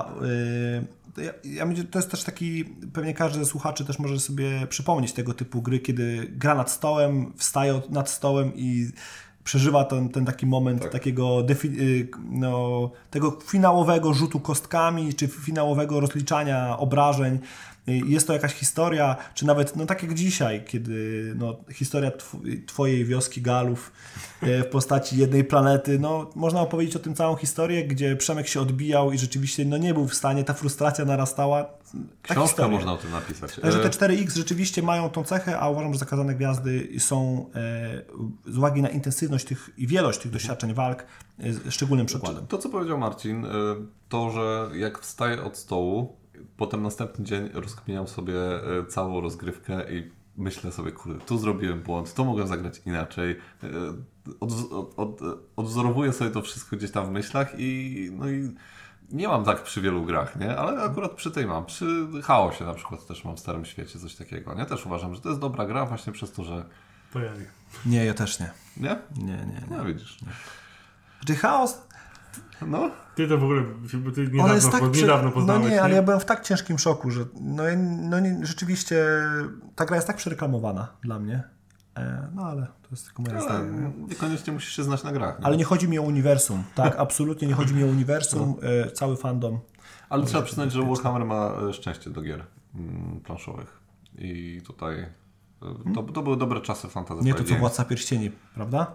e, ja, ja, to jest też taki, pewnie każdy ze słuchaczy też może sobie przypomnieć tego typu gry, kiedy gra nad stołem, wstaje nad stołem i przeżywa ten, ten taki moment tak. takiego defi- no, tego finałowego rzutu kostkami, czy finałowego rozliczania obrażeń. Jest to jakaś historia, czy nawet, no tak jak dzisiaj, kiedy no, historia tw- twojej wioski Galów w postaci jednej planety, no można opowiedzieć o tym całą historię, gdzie Przemek się odbijał i rzeczywiście no, nie był w stanie, ta frustracja narastała. Książka można o tym napisać. Także te cztery X rzeczywiście mają tą cechę, a uważam, że Zakazane Gwiazdy są e, z uwagi na intensywność tych i wielość tych doświadczeń walk e, szczególnym przykładem. To, co powiedział Marcin, to, że jak wstaję od stołu, potem następny dzień rozkminiam sobie całą rozgrywkę i myślę sobie, kurde, tu zrobiłem błąd, to mogłem zagrać inaczej. Od, od, od, odwzorowuję sobie to wszystko gdzieś tam w myślach i, no i nie mam tak przy wielu grach, nie? Ale akurat przy tej mam. Przy Chaosie na przykład też mam w Starym Świecie coś takiego. Nie? Też uważam, że to jest dobra gra właśnie przez to, że... To ja nie. Nie, ja też nie. Nie? Nie, nie, nie. No widzisz. Czy Chaos... No. Ty to w ogóle, bo ty niedawno, jest tak przy... niedawno poznałeś. No nie, nie, ale ja byłem w tak ciężkim szoku, że no, no nie, rzeczywiście ta gra jest tak przereklamowana dla mnie. E, no ale to jest tylko moje zdanie. Niekoniecznie musisz się znać na grach. Nie? Ale nie chodzi mi o uniwersum. Tak, absolutnie nie chodzi mi o uniwersum. No. E, cały fandom. Ale trzeba przyznać, że Warhammer ma szczęście do gier mm, planszowych. I tutaj to, to były dobre czasy fantasy. Nie to co Władca Pierścieni, prawda?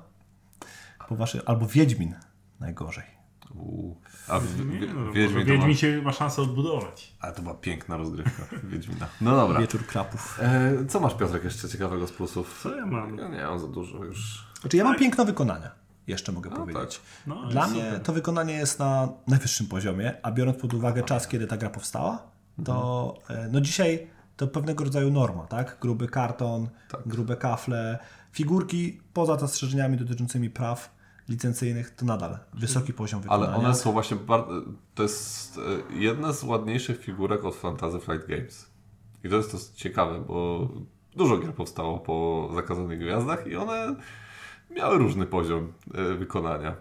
Po waszej, albo Wiedźmin najgorzej. U, a w, w, nie, no, Wiedźmin, Wiedźmin ma... się ma szansę odbudować. Ale to była piękna rozgrywka Wiedźmina. No dobra. Wieczór krapów. E, co masz, Piotrek, jeszcze ciekawego z plusów? Co ja mam? Ja nie mam za dużo już. Znaczy ja mam piękne wykonania. Jeszcze mogę no, powiedzieć. Tak. No, Dla mnie super. To wykonanie jest na najwyższym poziomie, a biorąc pod uwagę czas, kiedy ta gra powstała, to no dzisiaj to pewnego rodzaju norma, tak? Gruby karton, tak. grube kafle, figurki poza zastrzeżeniami dotyczącymi praw licencyjnych, to nadal wysoki poziom wykonania. Ale one są właśnie bardzo... To jest jedna z ładniejszych figurek od Fantasy Flight Games. I to jest to ciekawe, bo dużo gier powstało po Zakazanych Gwiazdach i one miały różny poziom wykonania.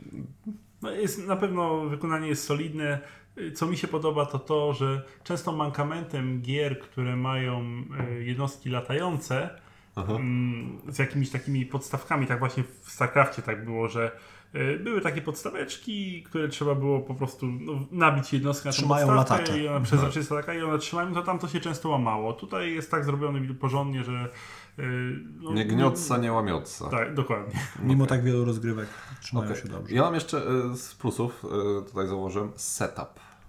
No jest, na pewno wykonanie jest solidne. Co mi się podoba, to to, że często mankamentem gier, które mają jednostki latające, Aha. z jakimiś takimi podstawkami, tak właśnie w StarCraftie tak było, że były takie podstaweczki, które trzeba było po prostu no, nabić jednostkę na tą podstawkę latacze. I ona przezroczysta taka i one trzymają, to tam to się często łamało. Tutaj jest tak zrobione porządnie, że no, nie gniotca, nie łamiotca. Tak, dokładnie. Mimo tak wielu rozgrywek trzymają okay. się dobrze. Ja mam jeszcze z plusów, tutaj założyłem setup.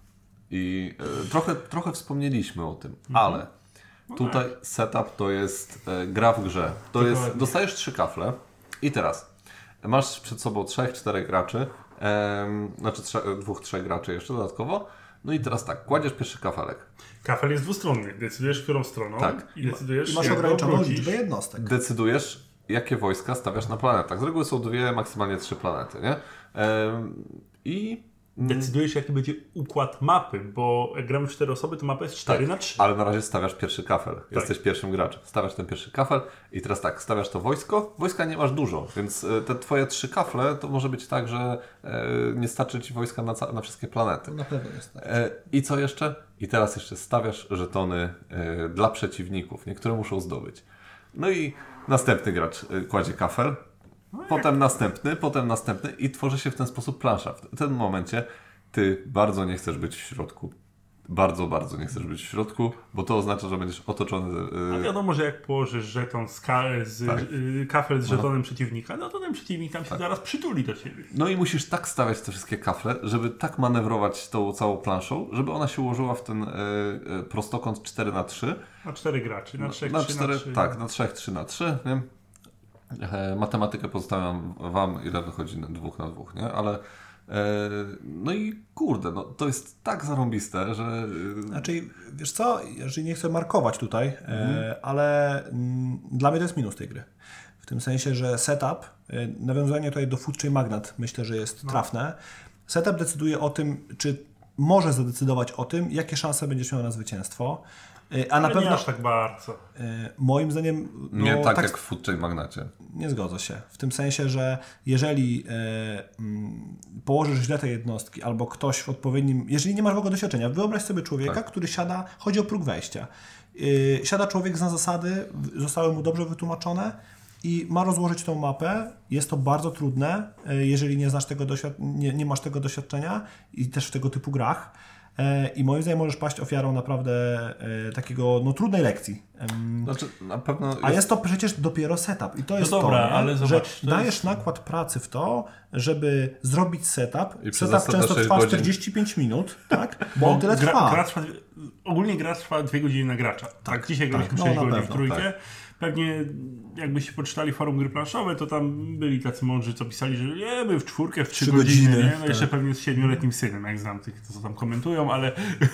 I trochę, trochę wspomnieliśmy o tym, mhm. ale no tutaj tak. setup to jest e, gra w grze. To jest, dostajesz trzy kafle i teraz masz przed sobą trzech, czterech graczy, e, znaczy trze, dwóch, trzech graczy jeszcze dodatkowo. No i teraz tak, kładziesz pierwszy kafelek. Kafel jest dwustronny. Decydujesz, którą stroną tak. i decydujesz, I masz ograniczoną liczbę jednostek. Decydujesz, jakie wojska stawiasz na planetach. Z reguły są dwie, maksymalnie trzy planety, nie? E, I decydujesz, jaki będzie układ mapy, bo jak gramy w cztery osoby, to mapa jest cztery tak, na trzy. Ale na razie stawiasz pierwszy kafel. Tak. Jesteś pierwszym graczem. Stawiasz ten pierwszy kafel i teraz tak, stawiasz to wojsko. Wojska nie masz dużo, więc te twoje trzy kafle to może być tak, że e, nie starczy ci wojska na, na wszystkie planety. Na pewno jest tak. E, I co jeszcze? I teraz jeszcze stawiasz żetony e, dla przeciwników. Niektóre muszą zdobyć. No i następny gracz e, kładzie kafel. potem następny, potem następny i tworzy się w ten sposób plansza. W tym momencie ty bardzo nie chcesz być w środku. Bardzo, bardzo nie chcesz być w środku, bo to oznacza, że będziesz otoczony... Yy... A wiadomo, że jak położysz żeton z, ka- z tak. yy, kafel z żetonem no. przeciwnika, no to ten przeciwnik tam się tak. zaraz przytuli do ciebie. No i musisz tak stawiać te wszystkie kafle, żeby tak manewrować tą całą planszą, żeby ona się ułożyła w ten yy, prostokąt cztery na trzy. Na cztery graczy, na trzech, na trzy cztery, na trzy. Tak, na trzech, trzy na trzy, nie? E, matematykę pozostawiam wam, ile wychodzi na dwóch na dwóch, nie? Ale no i kurde, no to jest tak zarąbiste, że... Znaczy, wiesz co, jeżeli nie chcę markować tutaj, mm. e, ale m, dla mnie to jest minus tej gry. W tym sensie, że setup, e, nawiązanie tutaj do Food Chain Magnate myślę, że jest no. trafne. Setup decyduje o tym, czy może zadecydować o tym, jakie szanse będziesz miał na zwycięstwo. A na ale pewno nie aż tak bardzo. Moim zdaniem... No, nie tak, tak jak w Food Chain Magnacie. Nie zgodzę się. W tym sensie, że jeżeli e, m, położysz źle te jednostki, albo ktoś w odpowiednim... Jeżeli nie masz w ogóle doświadczenia, wyobraź sobie człowieka, tak. który siada... Chodzi o próg wejścia. Yy, siada człowiek, zna zasady, zostały mu dobrze wytłumaczone i ma rozłożyć tą mapę. Jest to bardzo trudne, yy, jeżeli nie znasz tego doświad- nie, nie masz tego doświadczenia i też w tego typu grach. I moim zdaniem możesz paść ofiarą naprawdę e, takiego no, trudnej lekcji. Znaczy, na pewno jest... A jest to przecież dopiero setup. I to jest no dobra, to, ale że zobacz, dajesz jest... nakład pracy w to, żeby zrobić setup. I setup często trwa godzin. czterdzieści pięć minut, tak? Bo on tyle gra, trwa. Gra trwa. Ogólnie gra trwa dwie godziny na gracza. Tak, tak dzisiaj graliśmy tak, sześć no, godzin pewno, w trójkę. Tak. Pewnie jakbyście poczytali forum gry planszowe, to tam byli tacy mądrzy, co pisali, że nie, my w czwórkę, w trzy godziny, godziny, nie? No tak. Jeszcze pewnie z siedmioletnim synem, jak znam tych, co tam komentują, ale...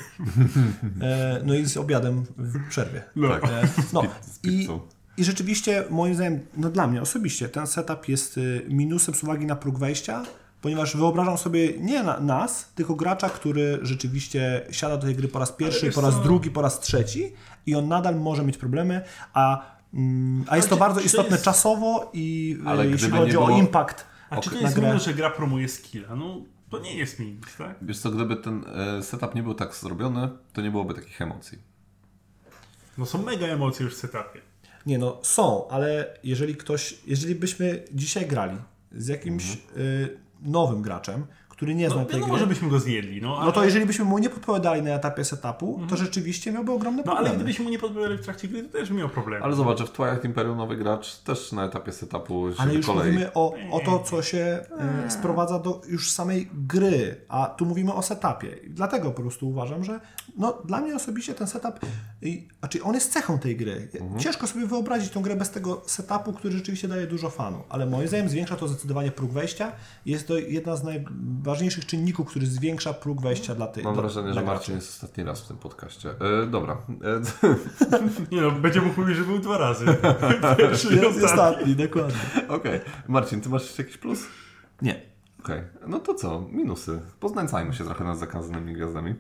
E, no i z obiadem w przerwie. No. Tak. E, no. I, I rzeczywiście, moim zdaniem, no dla mnie osobiście, ten setup jest minusem z uwagi na próg wejścia, ponieważ wyobrażam sobie nie na nas, tylko gracza, który rzeczywiście siada do tej gry po raz pierwszy, po raz co? drugi, po raz trzeci i on nadal może mieć problemy, a, mm, a jest to bardzo istotne jest... czasowo i ale jeśli chodzi było... o impact. A czy to jest minus, że gra promuje skilla? No to nie jest minus, tak? Wiesz co, gdyby ten e, setup nie był tak zrobiony, to nie byłoby takich emocji. No są mega emocje już w setupie. Nie no, są, ale jeżeli ktoś, jeżeli byśmy dzisiaj grali z jakimś mhm. y, nowym graczem, który nie zna no, tej no, gry. może byśmy go zjedli. No, ale... no to jeżeli byśmy mu nie podpowiadali na etapie setupu, mm. to rzeczywiście miałby ogromne problemy. No ale gdybyśmy mu nie podpowiadali w trakcie gry, to też miał problemy. Ale zobacz, że w Twilight Imperium nowy gracz też na etapie setupu się Ale już kolei. mówimy o, o to, co się e, sprowadza do już samej gry, a tu mówimy o setupie. I dlatego po prostu uważam, że no, dla mnie osobiście ten setup, i, znaczy on jest cechą tej gry. Mhm. Ciężko sobie wyobrazić tą grę bez tego setupu, który rzeczywiście daje dużo fanu. Ale moim zdaniem zwiększa to zdecydowanie próg wejścia. Jest to jedna z najważniejszych czynników, który zwiększa próg wejścia dla tych. Mam do, wrażenie, że Marcin jest ostatni raz w tym podcaście. E, dobra. E, nie no, będzie mógł mówić, że był dwa razy. Pierwszy i ostatni. ostatni, dokładnie. Okej. Okay. Marcin, ty masz jeszcze jakiś plus? Nie. Okej. Okay. No to co? Minusy. Poznęcajmy się trochę nad zakazanymi gwiazdami.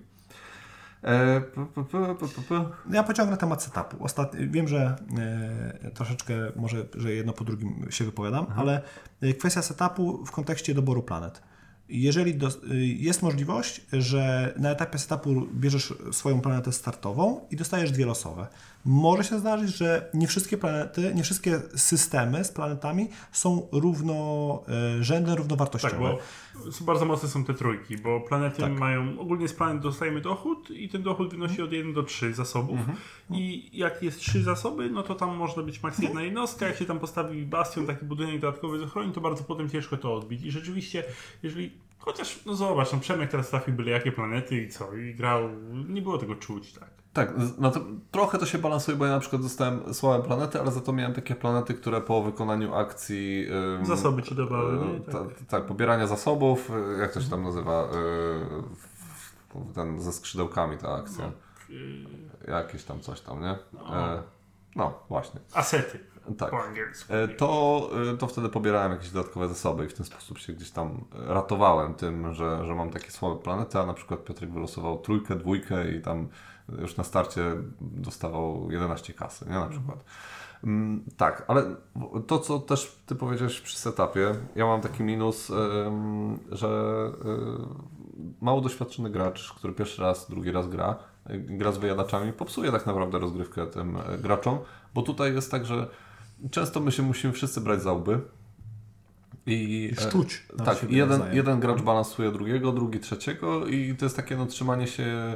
E, p, p, p, p, p. Ja pociągnę temat setupu. Ostatni, wiem, że e, troszeczkę może, że jedno po drugim się wypowiadam, mhm. ale kwestia setupu w kontekście doboru planet. Jeżeli do, jest możliwość, że na etapie setupu bierzesz swoją planetę startową i dostajesz dwie losowe. Może się zdarzyć, że nie wszystkie planety, nie wszystkie systemy z planetami są równorzędne, równowartościowe. Tak, bo bardzo mocne są te trójki, bo planety tak. mają, ogólnie z planet dostajemy dochód i ten dochód wynosi od jeden do trzech zasobów. Mhm. I jak jest trzy zasoby, no to tam może być maks jedna jednostka. Jak się tam postawi bastion, taki budynek dodatkowy z ochrony, to bardzo potem ciężko to odbić. I rzeczywiście, jeżeli chociaż, no zobacz, no Przemek teraz trafił byle jakie planety i co, i grał, nie było tego czuć, tak. Tak, no to trochę to się balansuje, bo ja na przykład dostałem słabe planety, ale za to miałem takie planety, które po wykonaniu akcji... Ym, Zasoby ci dawały, nie? Tak. Ta, tak, pobierania zasobów, jak to się tam nazywa, yy, ten ze skrzydełkami ta akcja. No, yy... Jakieś tam coś tam, nie? No, e, no właśnie. Asety. Tak. To, to wtedy pobierałem jakieś dodatkowe zasoby i w ten sposób się gdzieś tam ratowałem tym, że, że mam takie słabe planety, a na przykład Piotrek wylosował trójkę, dwójkę i tam już na starcie dostawał jedenaście kasy, nie? Na przykład. Mm, tak, ale to, co też Ty powiedziałeś przy setupie, ja mam taki minus, ym, że y, mało doświadczony gracz, który pierwszy raz, drugi raz gra, gra z wyjadaczami, popsuje tak naprawdę rozgrywkę tym graczom, bo tutaj jest tak, że często my się musimy wszyscy brać za łby I, I szczuć. E, tak, jeden, jeden gracz balansuje drugiego, drugi trzeciego i to jest takie no, trzymanie się e,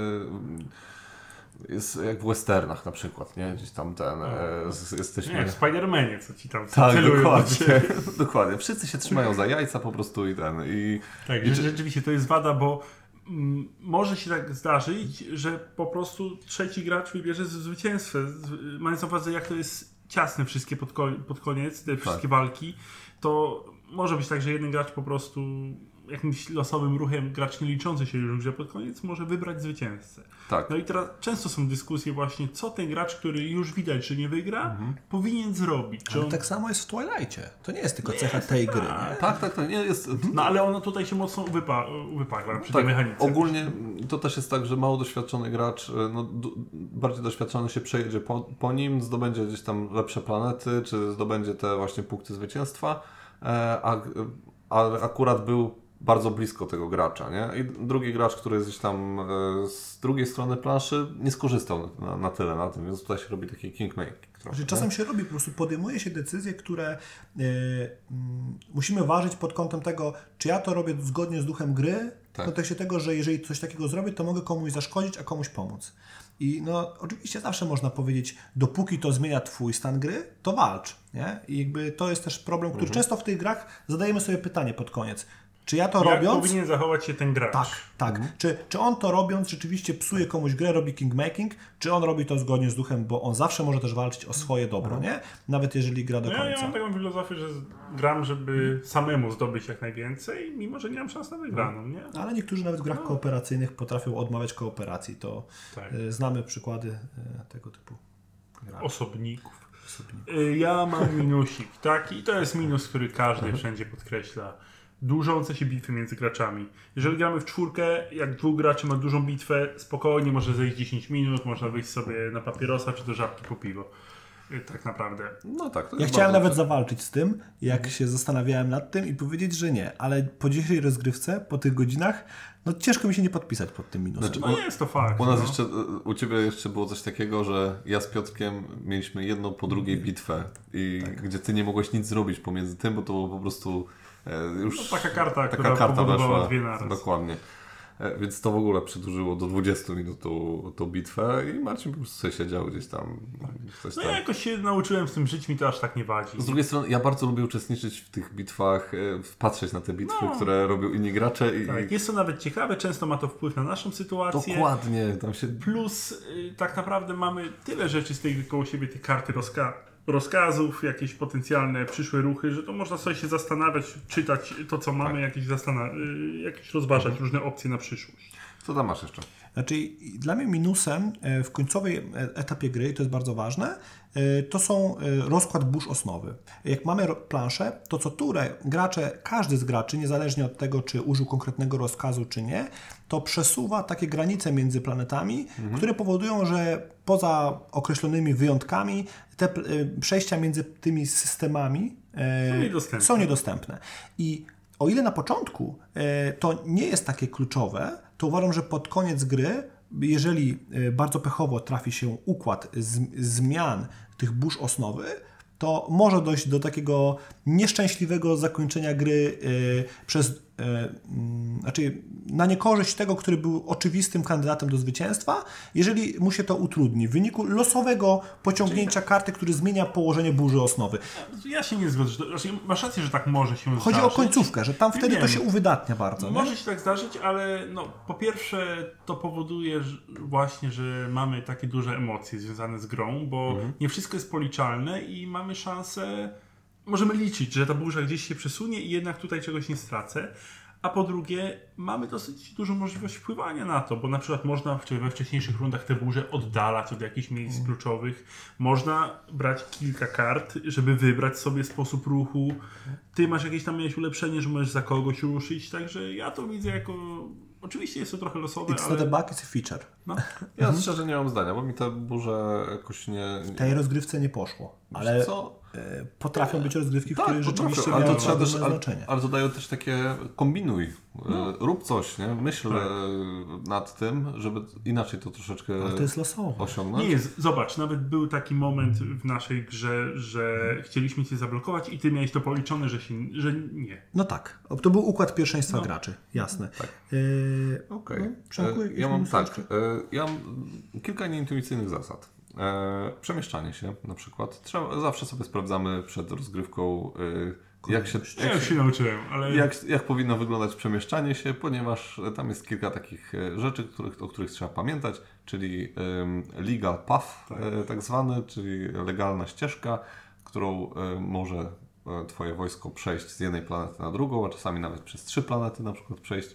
jest jak w westernach na przykład, nie? Gdzieś tam ten e, z, jesteśmy... Nie, w Spider-Manie, co ci tam tak, dokładnie, dokładnie. Wszyscy się trzymają za jajca po prostu i ten i... Tak, i, rzeczywiście to jest wada, bo m, może się tak zdarzyć, że po prostu trzeci gracz wybierze zwycięstwo, mając na uwadze jak to jest ciasne wszystkie pod, ko- pod koniec, te wszystkie tak. walki, to może być tak, że jeden gracz po prostu jakimś losowym ruchem, gracz nie liczący się już w grze pod koniec, może wybrać zwycięzcę. Tak. No i teraz często są dyskusje właśnie, co ten gracz, który już widać, że nie wygra, mhm. powinien zrobić. Czy on... tak samo jest w Twilightie. To nie jest tylko nie cecha jest, tej tak. gry, nie? Tak, tak, tak. Nie jest... No ale ono tutaj się mocno wypa- wypagla przy tak, tej mechanice. Ogólnie to też jest tak, że mało doświadczony gracz, no, d- bardziej doświadczony się przejedzie po, po nim, zdobędzie gdzieś tam lepsze planety, czy zdobędzie te właśnie punkty zwycięstwa, a, a akurat był bardzo blisko tego gracza, nie? I drugi gracz, który jest gdzieś tam z drugiej strony planszy, nie skorzystał na, na tyle na tym, więc tutaj się robi taki kingmaking. Znaczy, czasem się robi, po prostu podejmuje się decyzje, które yy, yy, musimy ważyć pod kątem tego, czy ja to robię zgodnie z duchem gry, tak. w kontekście tego, że jeżeli coś takiego zrobię, to mogę komuś zaszkodzić, a komuś pomóc. I no, oczywiście zawsze można powiedzieć, dopóki to zmienia twój stan gry, to walcz, nie? I jakby to jest też problem, który mhm. często w tych grach zadajemy sobie pytanie pod koniec. Czy ja to Jak robiąc... powinien zachować się ten gracz? Tak, tak. Mhm. Czy, czy on to robiąc rzeczywiście psuje komuś grę, robi kingmaking, czy on robi to zgodnie z duchem, bo on zawsze może też walczyć o swoje dobro, mhm. nie? Nawet jeżeli gra do końca. Ja, ja mam taką filozofię, że gram, żeby samemu zdobyć jak najwięcej, mimo że nie mam szans na wygraną, nie? Ale niektórzy nawet w grach no. kooperacyjnych potrafią odmawiać kooperacji. To tak. y, znamy przykłady y, tego typu graczy. Osobników. Osobników. Ja mam minusik, tak? I to jest minus, który każdy mhm. wszędzie podkreśla. Dłużące się bitwy między graczami. Jeżeli gramy w czwórkę, jak dwóch graczy ma dużą bitwę, spokojnie może zejść dziesięć minut, można wyjść sobie na papierosa czy do żabki po piwo. Tak naprawdę. No tak. Ja chciałem nawet tak. zawalczyć z tym, jak mhm. się zastanawiałem nad tym i powiedzieć, że nie, ale po dzisiejszej rozgrywce, po tych godzinach, no ciężko mi się nie podpisać pod tym minusem. Znaczy, no jest to fakt. U nas no. jeszcze, u Ciebie jeszcze było coś takiego, że ja z Piotrkiem mieliśmy jedną po drugiej bitwę i tak. gdzie Ty nie mogłeś nic zrobić pomiędzy tym, bo to było po prostu już no, taka karta, taka która karta weszła dwie naraz. Dokładnie. Więc to w ogóle przedłużyło do dwudziestu minut tą, tą bitwę i Marcin po prostu sobie siedział gdzieś tam. Coś no tam. ja jakoś się nauczyłem z tym żyć, mi to aż tak nie wadzi. Z drugiej strony ja bardzo lubię uczestniczyć w tych bitwach, patrzeć na te bitwy, no. które robią inni gracze. I, tak, jest to nawet ciekawe, często ma to wpływ na naszą sytuację. Dokładnie. Tam się... Plus y, tak naprawdę mamy tyle rzeczy z tej koło siebie, te karty rozka- rozkazów, jakieś potencjalne przyszłe ruchy, że to można sobie się zastanawiać, czytać to, co mamy, tak. jakieś, zastana- y, jakieś rozważać mhm. różne opcje na przyszłość. Co tam masz jeszcze? Znaczy, dla mnie minusem w końcowej etapie gry, i to jest bardzo ważne, to są rozkład burz osnowy. Jak mamy planszę, to co turę gracze, każdy z graczy, niezależnie od tego, czy użył konkretnego rozkazu, czy nie, to przesuwa takie granice między planetami, mhm. które powodują, że poza określonymi wyjątkami te przejścia między tymi systemami są niedostępne. Są niedostępne. I o ile na początku to nie jest takie kluczowe, to uważam, że pod koniec gry, jeżeli bardzo pechowo trafi się układ z, zmian tych burz osnowy, to może dojść do takiego nieszczęśliwego zakończenia gry yy, przez, yy, yy, znaczy na niekorzyść tego, który był oczywistym kandydatem do zwycięstwa, jeżeli mu się to utrudni w wyniku losowego pociągnięcia karty, który zmienia położenie burzy osnowy. Ja się nie zgodzę. Znaczy, masz rację, że tak może się Chodzi zdarzyć. o końcówkę, że tam wtedy wiem. to się uwydatnia bardzo. Może nie? się tak zdarzyć, ale no, po pierwsze to powoduje że właśnie, że mamy takie duże emocje związane z grą, bo mhm. nie wszystko jest policzalne i mamy szansę, możemy liczyć, że ta burza gdzieś się przesunie i jednak tutaj czegoś nie stracę. A po drugie, mamy dosyć dużą możliwość wpływania na to, bo na przykład można we wcześniejszych rundach te burze oddalać od jakichś miejsc mm. kluczowych. Można brać kilka kart, żeby wybrać sobie sposób ruchu. Ty masz jakieś tam miałeś ulepszenie, że możesz za kogoś ruszyć, także ja to widzę jako... Oczywiście jest to trochę losowe, It's ale... not a bug, it's a feature. No. Ja mhm. szczerze nie mam zdania, bo mi te burze jakoś nie... W tej rozgrywce nie poszło, ale co? e, potrafią być rozgrywki, w Tak, których potrafią, rzeczywiście ale to miały trzeba też, ale, znaczenie. ale to dają też takie kombinuj, no. rób coś, nie? Myśl tak. nad tym, żeby inaczej to troszeczkę Ale to jest losowe. osiągnąć. Nie jest, zobacz, nawet był taki moment w naszej grze, że chcieliśmy cię zablokować i ty miałeś to policzone, że, się, że nie. No tak, to był układ pierwszeństwa No. graczy, jasne. Tak. E, Okej. no, Przemku, E, jakieś ja mam minusy tak, jeszcze? e, ja mam kilka nieintuicyjnych zasad. E, przemieszczanie się na przykład. Trzeba, zawsze sobie sprawdzamy przed rozgrywką, e, jak się, Ja jak już się, się nauczyłem, ale jak, jak powinno wyglądać przemieszczanie się, ponieważ tam jest kilka takich e, rzeczy, których, o których trzeba pamiętać, czyli em, legal path, tak. E, tak zwany, czyli legalna ścieżka, którą e, może e, Twoje wojsko przejść z jednej planety na drugą, a czasami nawet przez trzy planety na przykład przejść.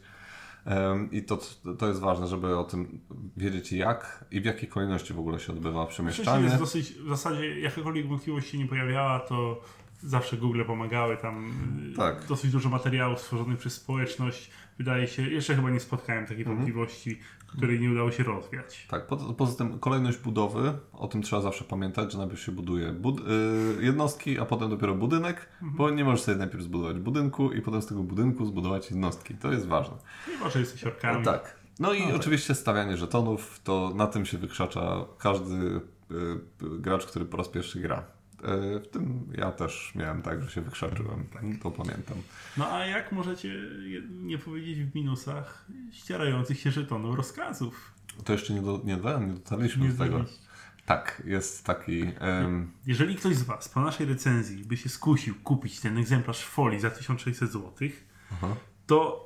I to, to jest ważne, żeby o tym wiedzieć jak i w jakiej kolejności w ogóle się odbywa przemieszczanie. jest dosyć, w zasadzie jakakolwiek wątpliwość się nie pojawiała, to zawsze Google pomagały, tam Tak. dosyć dużo materiałów stworzonych przez społeczność. Wydaje się, jeszcze chyba nie spotkałem takiej Mhm. wątpliwości, której nie udało się rozwiać. Tak, po, poza tym kolejność budowy, o tym trzeba zawsze pamiętać, że najpierw się buduje bud y, jednostki, a potem dopiero budynek, mhm. bo nie możesz sobie najpierw zbudować budynku i potem z tego budynku zbudować jednostki. To jest ważne. Mimo, że jesteś orkami. Tak. No i No tak. oczywiście stawianie żetonów, to na tym się wykrzacza każdy y, y, gracz, który po raz pierwszy gra. Y, w tym ja też miałem tak, że się wykrzaczyłem, tak. To pamiętam. No a jak możecie je- nie powiedzieć w minusach ścierających się żetonów rozkazów? To jeszcze nie, do, nie, do, nie dotarliśmy Nie do tego. zdaliście. Tak, jest taki... Um, Jeżeli ktoś z Was po naszej recenzji by się skusił kupić ten egzemplarz folii za tysiąc sześćset złotych, aha. to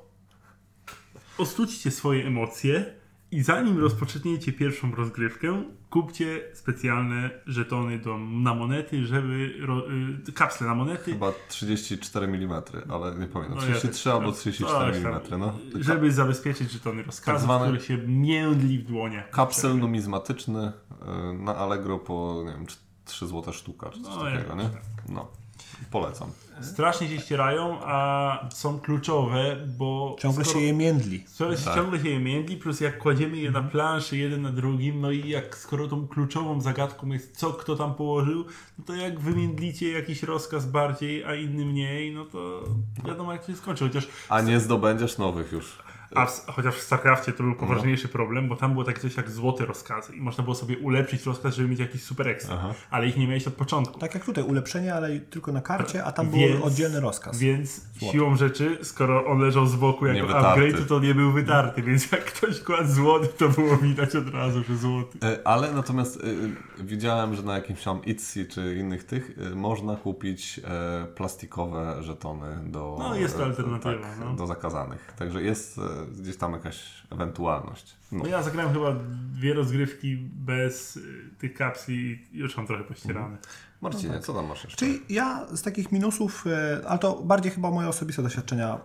ostućcie swoje emocje i zanim rozpoczniecie pierwszą rozgrywkę, kupcie specjalne żetony do, na monety, żeby... Ro, y, kapsle na monety. Chyba trzydzieści cztery milimetry, ale nie pamiętam. No trzydzieści trzy ja też, albo no, trzydzieści cztery coś tam, milimetry. No. Żeby zabezpieczyć żetony rozkazów, tak zwany- które się międli w dłoniach. Kapsel numizmatyczny y, na Allegro po, nie wiem, trzy złote sztuka, czy coś No, takiego, jakoś nie? tak. No, polecam. Strasznie się ścierają, a są kluczowe, bo... Ciągle skoro- się je międli. Co, Tak. ciągle się je międli, plus jak kładziemy je na planszy jeden na drugim, no i jak skoro tą kluczową zagadką jest co kto tam położył, no to jak wymiędlicie jakiś rozkaz bardziej, a inny mniej, no to wiadomo jak to się skończy. Chociaż, A nie zdobędziesz nowych już. a w, chociaż w StarCraftie to był poważniejszy problem, bo tam było takie coś jak złote rozkazy i można było sobie ulepszyć rozkaz, żeby mieć jakiś super ekstra, Aha. ale ich nie miałeś od początku. Tak jak tutaj, ulepszenie, ale tylko na karcie, a tam Więc- był oddzielny rozkaz. Więc siłą rzeczy, skoro on leżał z boku jako wytarty. upgrade, to, to nie był wytarty, więc jak ktoś kładł złoty, to było widać od razu, że złoty. E, Ale natomiast e, widziałem, że na jakimś tam Etsy czy innych tych e, można kupić e, plastikowe żetony do, No, jest to e, alternatywa, tak, no. do zakazanych. Także jest e, gdzieś tam jakaś ewentualność. No. No ja zagrałem chyba dwie rozgrywki bez y, tych kapsli i już mam trochę pościerane. Marcinie, co tam masz jeszcze? Czyli ja z takich minusów, e, ale to bardziej chyba moje osobiste doświadczenia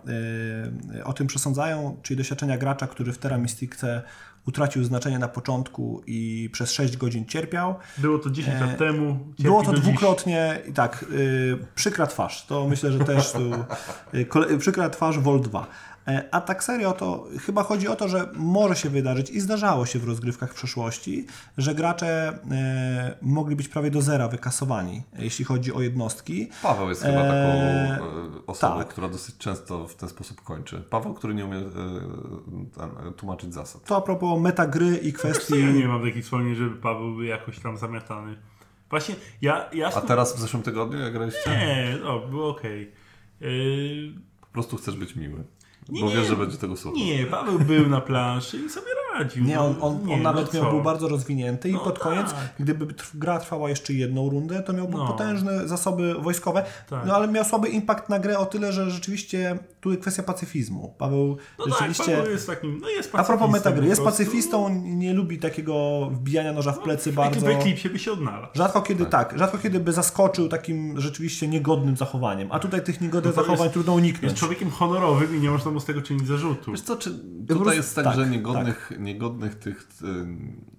e, o tym przesądzają, czyli doświadczenia gracza, który w Terra Mysticce utracił znaczenie na początku i przez sześć godzin cierpiał. Było to dziesięć lat temu. cierpi Było to do dziś. dwukrotnie i tak, y, przykra twarz, to myślę, że też tu, y, kole, przykra twarz Vol dwa. E, A tak serio, to chyba chodzi o to, że może się wydarzyć i zdarzało się w rozgrywkach w przeszłości, że gracze e, mogli być prawie do zera wykasowani, jeśli chodzi o jednostki. Paweł jest chyba taką Eee, e, osobą, tak. która dosyć często w ten sposób kończy. Paweł, który nie umie e, ten, tłumaczyć zasad. To a propos metagry i Wiesz co, kwestii... ja nie mam takich wspomnień, żeby Paweł był jakoś tam zamiatany. Właśnie ja... ja A teraz w zeszłym tygodniu jak graliście? Nie, no, było okej. Yy, Po prostu chcesz być miły. Nie, Bo nie. wiesz, że będzie tego słuchał. nie, Paweł był na planszy i sobie radził. Nie, on, on, Nie, on no nawet co? miał, był bardzo rozwinięty i No pod koniec, tak. gdyby trw- gra trwała jeszcze jedną rundę, to miałby No. potężne zasoby wojskowe, Tak. no ale miał słaby impact na grę o tyle, że rzeczywiście tu jest kwestia pacyfizmu. Paweł No rzeczywiście... tak, Paweł jest takim, no jest A propos pacyfistą metagry, jest po prostu. pacyfistą, nie, nie lubi takiego wbijania noża w plecy W bardzo... W Eklipsie by się odnalazł. Rzadko kiedy tak. rzadko kiedy by zaskoczył takim rzeczywiście niegodnym zachowaniem, a tutaj tych niegodnych No to zachowań jest- trudno uniknąć. Jest człowiekiem honorowym i nie można mu z tego czynić zarzutu. Wiesz co, czy prostu- tutaj jest tak, tak, że niegodnych, niegodnych tych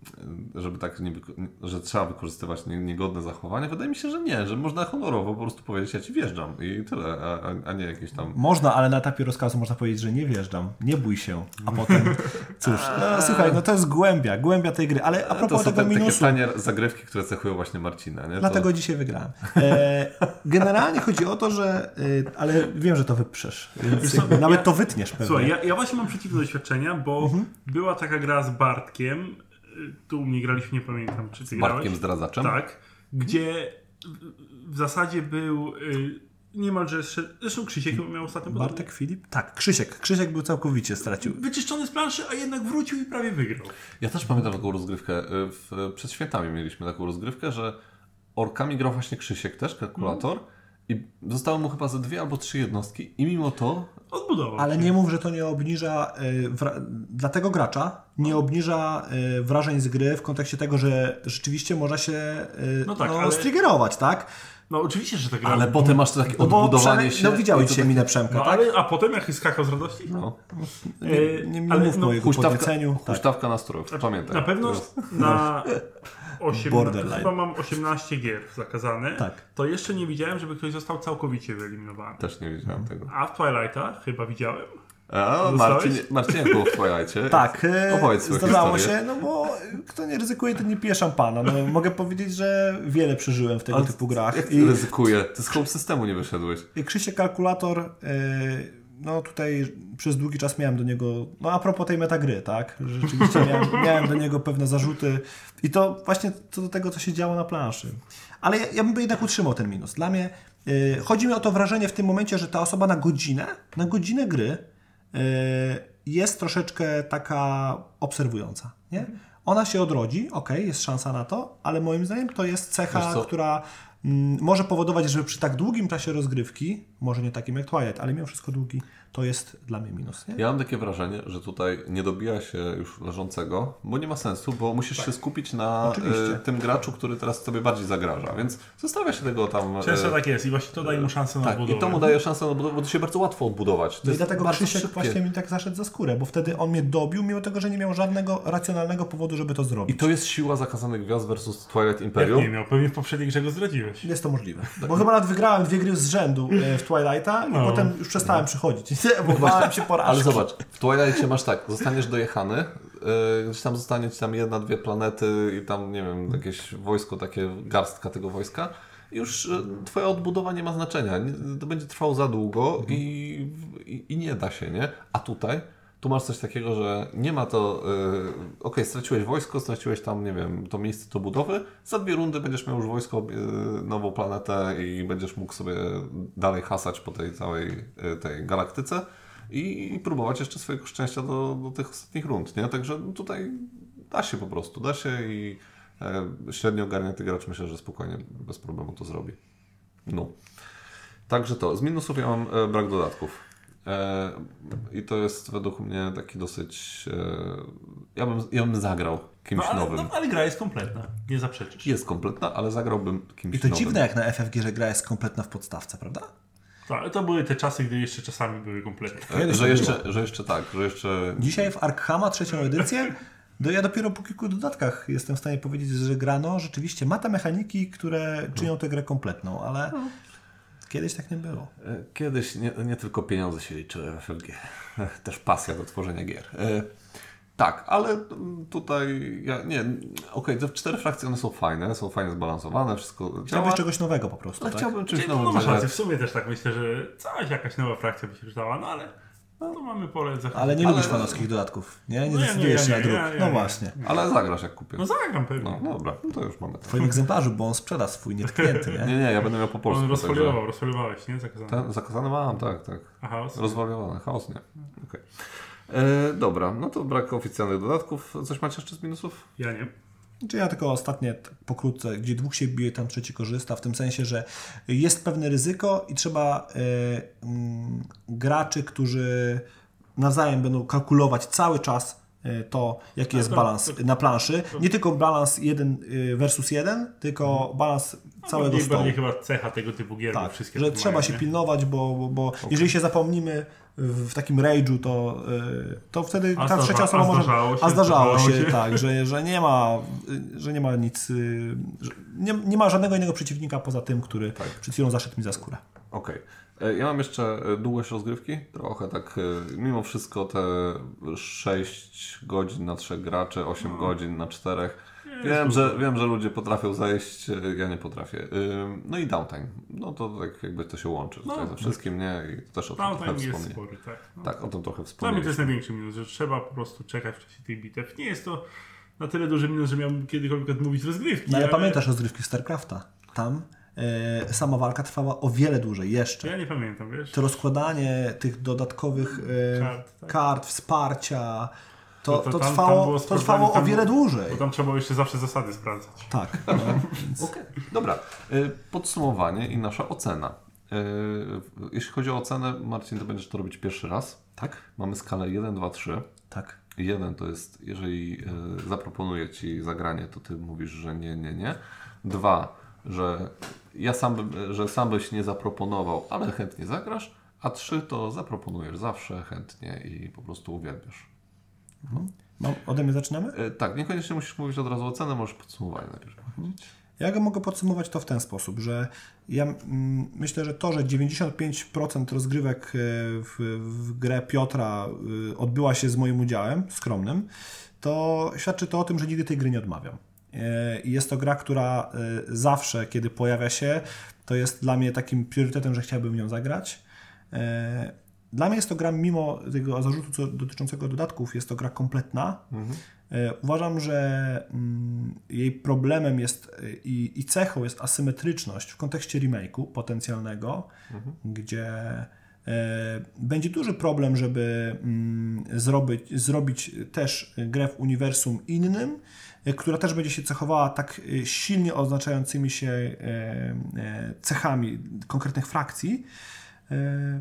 żeby tak, nie, że trzeba wykorzystywać niegodne zachowania. Wydaje mi się, że nie, że można honorowo po prostu powiedzieć, ja ci wjeżdżam i tyle, a, a nie jakieś tam... Można, ale na etapie rozkazu można powiedzieć, że nie wjeżdżam, nie bój się, a potem cóż, no słuchaj, no to jest głębia, głębia tej gry, ale a propos to są tego te, minusu... takie tanie zagrywki, które cechują właśnie Marcina, nie? Dlatego to... dzisiaj wygrałem. E, generalnie chodzi o to, że, e, ale wiem, że to wyprzesz, więc jakby nawet ja, to wytniesz pewnie. Słuchaj, ja, ja właśnie mam przeciwne doświadczenia, bo mhm. była taka gra z Bartkiem, tu u mnie graliśmy, nie pamiętam, czy ty z Bartkiem grałeś? Zdradzaczem? Tak, gdzie w zasadzie był niemalże, zresztą Krzysiek miał ostatnio podobnie. Bartek Filip? Tak, Krzysiek. Krzysiek był całkowicie, stracił. Wyczyszczony z planszy, a jednak wrócił i prawie wygrał. Ja też pamiętam taką rozgrywkę. W, przed świętami mieliśmy taką rozgrywkę, że orkami grał właśnie Krzysiek też, kalkulator. Mm. I zostało mu chyba ze dwie albo trzy jednostki i mimo to... Odbudował Ale się. nie mów, że to nie obniża y, wra- dla tego gracza nie obniża y, wrażeń z gry w kontekście tego, że rzeczywiście można się y, no tak, no, ale... striggerować, tak? No oczywiście, że tak gra. Ale potem masz to takie no odbudowanie się. No widziałeś dzisiaj tak... minę Przemka, no, tak? ale, a potem jak skakał z radości? No. Nie, nie, nie ale, mów no, mojego huśtawka, podnieceniu. Huśtawka tak. nastrojów, pamiętaj. Na pewno na osiemnaście, chyba mam osiemnaście gier zakazane. Tak. To jeszcze nie widziałem, żeby ktoś został całkowicie wyeliminowany. Też nie widziałem tego. A w Twilighta chyba widziałem. A, Marcin, Marcin, jak było w Twilightie? Tak, opowiedz swoją zdarzało historię. się, no bo kto nie ryzykuje, to nie pije szampana. No, mogę powiedzieć, że wiele przeżyłem w tego Ale typu grach. Jak I ryzykuję? Ty z home systemu nie wyszedłeś. I Krzysiek Kalkulator, yy, no tutaj przez długi czas miałem do niego, no a propos tej metagry, tak? Rzeczywiście miałem, miałem do niego pewne zarzuty i to właśnie co do tego, co się działo na planszy. Ale ja, ja bym jednak utrzymał ten minus. Dla mnie yy, chodzi mi o to wrażenie w tym momencie, że ta osoba na godzinę, na godzinę gry jest troszeczkę taka obserwująca, nie? Ona się odrodzi, okej, okay, jest szansa na to, ale moim zdaniem to jest cecha, która mm, może powodować, że przy tak długim czasie rozgrywki, może nie takim jak Twilight, ale mimo wszystko długi, to jest dla mnie minus, nie? Ja mam takie wrażenie, że tutaj nie dobija się już leżącego, bo nie ma sensu, bo musisz tak. się skupić na y, tym graczu, który teraz sobie bardziej zagraża, więc zostawia się tego tam... Często y, tak jest i właśnie to daje mu szansę na tak, odbudowę. I to mu daje szansę na odbudowę, bo to się bardzo łatwo odbudować. To no jest i dlatego Krzysiek szybkie. właśnie mi tak zaszedł za skórę, bo wtedy on mnie dobił, mimo tego, że nie miał żadnego racjonalnego powodu, żeby to zrobić. I to jest siła Zakazanych Gwiazd versus Twilight Imperium. Jak nie miał, pewnie w poprzedniej grze go zdradziłeś. Jest to możliwe. Bo chyba nawet wygrałem dwie gry z rzędu w Twilighta no. i potem już przestałem no. przychodzić, bo bałem się porażki. Ale zobacz, w Twilightie masz tak, zostaniesz dojechany, yy, gdzieś tam zostanie ci tam jedna, dwie planety i tam, nie wiem, jakieś wojsko, takie garstka tego wojska. Już yy, twoja odbudowa nie ma znaczenia. Nie, to będzie trwało za długo mhm. i, i, i nie da się, nie? A tutaj, tu masz coś takiego, że nie ma to, yy, okej, okay, straciłeś wojsko, straciłeś tam, nie wiem, to miejsce do budowy, za dwie rundy będziesz miał już wojsko, yy, nową planetę i będziesz mógł sobie dalej hasać po tej całej yy, tej galaktyce. I, i próbować jeszcze swojego szczęścia do, do tych ostatnich rund, nie? Także no tutaj da się po prostu, da się i e, średnio ogarnięty gracz myślę, że spokojnie, bez problemu to zrobi. No. Także to. Z minusów ja mam e, brak dodatków. E, I to jest według mnie taki dosyć... E, ja, bym, ja bym zagrał kimś no, ale, nowym. No, ale gra jest kompletna, nie zaprzeczysz. Jest kompletna, ale zagrałbym kimś I to nowym. dziwne jak na F F G, że gra jest kompletna w podstawce, prawda? Tak, to były te czasy, gdy jeszcze czasami były kompletne. E, że, jeszcze, że jeszcze tak, że jeszcze... Dzisiaj w Arkhama trzecią edycję, do, ja dopiero po kilku dodatkach jestem w stanie powiedzieć, że gra no, rzeczywiście ma te mechaniki, które czynią tę grę kompletną, ale no. kiedyś tak nie było. Kiedyś nie, nie tylko pieniądze się liczyły w F F G, też pasja do tworzenia gier. E, tak, ale tutaj ja, nie, okej, okay, te cztery frakcje one są fajne, są fajnie zbalansowane, wszystko działa. Chciałbyś czegoś nowego po prostu, tak? Chciałbym czymś no, nowym. No masz rację, w sumie też tak myślę, że coś, jakaś nowa frakcja by się przydała, no ale no, to mamy pole zachowania. Ale nie ale... lubisz fanowskich dodatków, nie? Nie no ja decydujesz nie, się ja na druk. ja, ja, no ja, właśnie. Ja. Ale zagrasz jak kupię. No zagram pewnie. No dobra, no to już mamy. W twoim egzemplarzu, bo on sprzeda swój nietknięty, nie? Nie, nie, ja będę miał po polsku. On rozfoliował, także... rozfoliowałeś, nie? Zakazane. Ten, zakazane mam, tak, tak. A chaos? Rozwaliowany, chaos nie. Okay. E, dobra, no to brak oficjalnych dodatków. Coś macie jeszcze z minusów? Ja nie. Czy ja tylko ostatnie pokrótce, gdzie dwóch się bije, tam trzeci korzysta, w tym sensie, że jest pewne ryzyko i trzeba y, y, graczy, którzy nawzajem będą kalkulować cały czas to, jaki jest to, balans to, na planszy. to, nie tylko balans jeden versus jeden, tylko hmm. balans no, całego bardziej, stołu. Bardziej chyba cecha tego typu gier. Tak, wszystkie że trzeba mają, się nie? pilnować, bo, bo, bo okay. jeżeli się zapomnimy w, w takim rage'u, to, to wtedy a ta zdarza, trzecia osoba a może... Zdarzało się, a zdarzało się, się. tak, że, że, nie ma, że nie ma nic... Że nie, nie ma żadnego innego przeciwnika poza tym, który tak. przed chwilą zaszedł mi za skórę. Okej. Okay. Ja mam jeszcze długość rozgrywki, trochę tak, mimo wszystko te sześć godzin na trzech graczy, osiem no. godzin na czterech. Wiem że, wiem, że ludzie potrafią zajść, ja nie potrafię. No i downtime, no to tak jakby to się łączy no, tutaj ze wszystkim, nie? I też o tym trochę jest wspomnę. spory, tak. No. Tak, o tym trochę Dla wspomnieć. mnie to jest największy minus, że trzeba po prostu czekać w czasie tych bitew. Nie jest to na tyle duży minus, że miałbym kiedykolwiek odmówić rozgrywki. No ale, ale pamiętasz rozgrywki StarCrafta? Tam e, sama walka trwała o wiele dłużej jeszcze. Ja nie pamiętam, wiesz? To rozkładanie tych dodatkowych e, kart, tak. kart, wsparcia... To, to, to, tam, trwało, tam to trwało tam, o wiele dłużej. Bo tam trzeba było jeszcze zawsze zasady sprawdzać. Tak. No, więc... okay. Dobra. Podsumowanie i nasza ocena. Jeśli chodzi o ocenę, Marcin, to będziesz to robić pierwszy raz. Tak. Mamy skalę jeden, dwa, trzy. Tak. jeden to jest, jeżeli zaproponuję Ci zagranie, to Ty mówisz, że nie, nie, nie. dwa, że ja sam, bym, że sam byś nie zaproponował, ale chętnie zagrasz. A trzy to zaproponujesz zawsze, chętnie i po prostu uwielbiasz. Mhm. No, ode mnie zaczynamy? E, tak, niekoniecznie musisz mówić od razu o cenę, możesz podsumowanie najpierw powiedzieć. Ja go mogę podsumować to w ten sposób, że ja mm, myślę, że to, że dziewięćdziesiąt pięć procent rozgrywek w, w grę Piotra y, odbyła się z moim udziałem, skromnym, to świadczy to o tym, że nigdy tej gry nie odmawiam. I jest to gra, która y, zawsze, kiedy pojawia się, to jest dla mnie takim priorytetem, że chciałbym w nią zagrać. Y, Dla mnie jest to gra, mimo tego zarzutu co, dotyczącego dodatków, jest to gra kompletna. Mhm. E, uważam, że mm, jej problemem jest i, i cechą jest asymetryczność w kontekście remake'u potencjalnego, mhm. gdzie e, będzie duży problem, żeby mm, zrobić, zrobić też grę w uniwersum innym, e, która też będzie się cechowała tak silnie oznaczającymi się e, e, cechami konkretnych frakcji. E,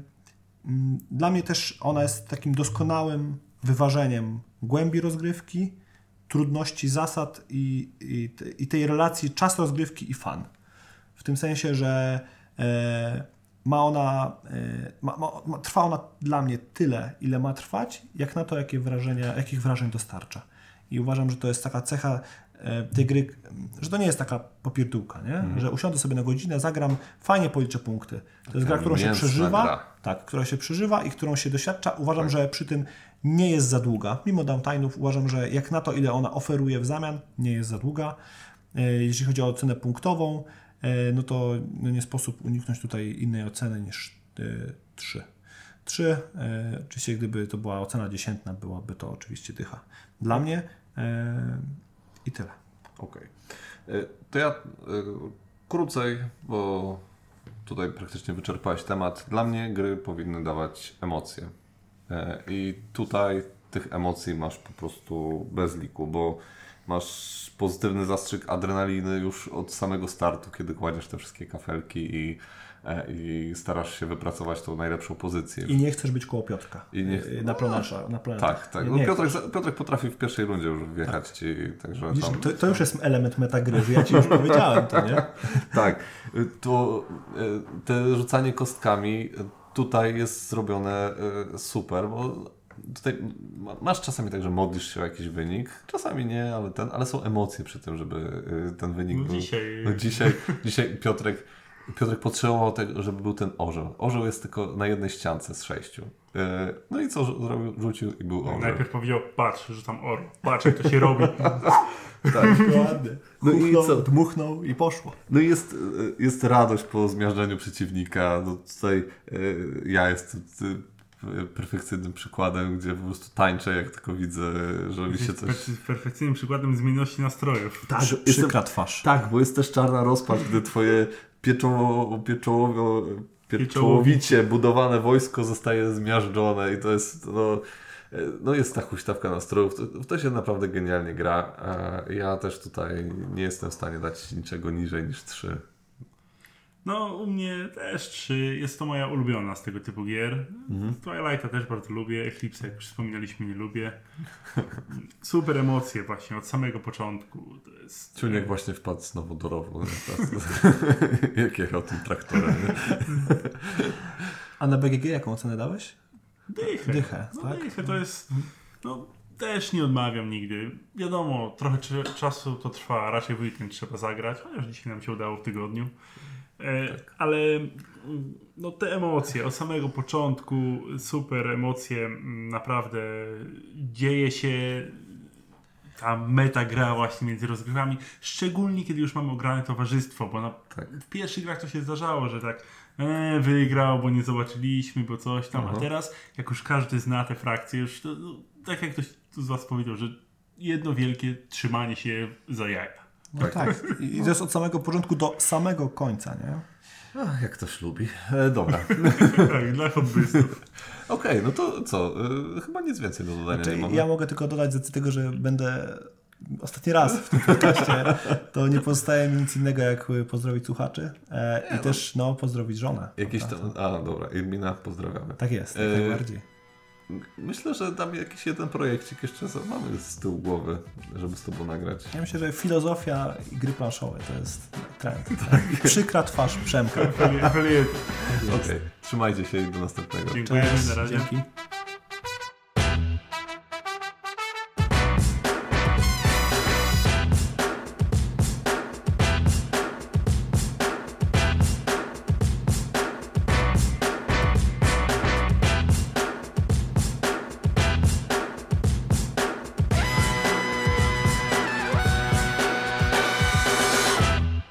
Dla mnie też ona jest takim doskonałym wyważeniem głębi rozgrywki, trudności zasad i, i, i tej relacji czas rozgrywki i fan. W tym sensie, że e, ma ona, e, ma, ma, trwa ona dla mnie tyle, ile ma trwać, jak na to, jakie wrażenia, jakich wrażeń dostarcza. I uważam, że to jest taka cecha e, tej gry, że to nie jest taka popierdółka, nie? Mm. Że usiądę sobie na godzinę, zagram, fajnie policzę punkty. To taka jest gra, którą się przeżywa, gra. tak, która się przeżywa i którą się doświadcza. Uważam, tak. że przy tym nie jest za długa. Mimo downtime'ów uważam, że jak na to, ile ona oferuje w zamian, nie jest za długa. E, jeśli chodzi o ocenę punktową, e, no to no nie sposób uniknąć tutaj innej oceny niż trzy. trzy. E, oczywiście gdyby to była ocena dziesiętna, byłaby to oczywiście dycha. Dla mnie e, i tyle. Okej. Okay. To ja e, krócej, bo tutaj praktycznie wyczerpałeś temat. Dla mnie gry powinny dawać emocje. E, I tutaj tych emocji masz po prostu bez liku, bo masz pozytywny zastrzyk adrenaliny już od samego startu, kiedy kładziesz te wszystkie kafelki i i starasz się wypracować tą najlepszą pozycję. I nie chcesz być koło Piotrka. I nie... Na planasza. Na tak, tak. No Piotrek, Piotrek potrafi w pierwszej rundzie już wjechać tak. Ci, także Widzisz, tam... to, to już jest element metagry, że ja Ci już powiedziałem to, nie? Tak. To te rzucanie kostkami tutaj jest zrobione super, bo tutaj masz czasami tak, że modlisz się o jakiś wynik, czasami nie, ale, ten, ale są emocje przy tym, żeby ten wynik no był... Dzisiaj... No dzisiaj, dzisiaj Piotrek Piotrek potrzebował tego, żeby był ten orzeł. Orzeł jest tylko na jednej ściance z sześciu. No i co zrobił? Rzucił i był orzeł. Najpierw powiedział, patrz, rzucam orzeł. Patrz, jak to się robi. Tak, dokładnie. No i co? Dmuchnął i poszło. No i jest, jest radość po zmiażdżeniu przeciwnika. No tutaj ja jestem perfekcyjnym przykładem, gdzie po prostu tańczę, jak tylko widzę, że mi się coś... Perfekcyjnym przykładem zmienności nastrojów. Tak, przykra twarz. Tak, bo jest też czarna rozpacz, gdy twoje pieczoło, pieczołowo, pieczołowicie budowane wojsko zostaje zmiażdżone i to jest, no, no jest ta huśtawka nastrojów. To, to się naprawdę genialnie gra. Ja też tutaj nie jestem w stanie dać niczego niżej niż trzy. No, u mnie też trzy. Jest to moja ulubiona z tego typu gier. Mhm. Twilighta też bardzo lubię. Eclipse, jak już wspominaliśmy, nie lubię. Super emocje właśnie od samego początku. To jest... Ciuniek właśnie wpadł znowu do rowu. Jak jechał tym traktorem. A na B G G jaką ocenę dałeś? Dychę. Dychę, no, tak? Dychę to jest... No, też nie odmawiam nigdy. Wiadomo, trochę czasu to trwa. Raczej w weekend trzeba zagrać. Chociaż dzisiaj nam się udało w tygodniu. E, tak. Ale no, te emocje od samego początku, super emocje, naprawdę dzieje się ta meta gra właśnie między rozgrywkami, szczególnie kiedy już mamy ograne towarzystwo, bo na, tak. w pierwszych grach to się zdarzało, że tak e, wygrał, bo nie zobaczyliśmy, bo coś tam, uh-huh. a teraz jak już każdy zna te frakcje, już to, no, tak jak ktoś tu z was powiedział, że jedno wielkie trzymanie się za jaja. No tak, tak. I to jest od samego początku do samego końca, nie? Ach, jak ktoś lubi. E, dobra. Tak, dla hobbystów. Okej, okay, no to co? E, chyba nic więcej do dodania znaczy, nie mamy. Ja mogę tylko dodać z tego, że będę ostatni raz w tym podcaście, to nie pozostaje mi nic innego, jak pozdrowić słuchaczy e, i no. też no, pozdrowić żonę. Jakiś tam, a dobra, Irmina pozdrawiamy. Tak jest, jak e... najbardziej. Myślę, że tam jakiś jeden projekcik jeszcze mamy z tyłu głowy, żeby z tobą nagrać. Ja myślę, że filozofia i gry planszowe to jest trend. Przykra twarz Przemka. Okej, okay. Trzymajcie się i do następnego. Dziękuję, Cześć, na razie. Dzięki.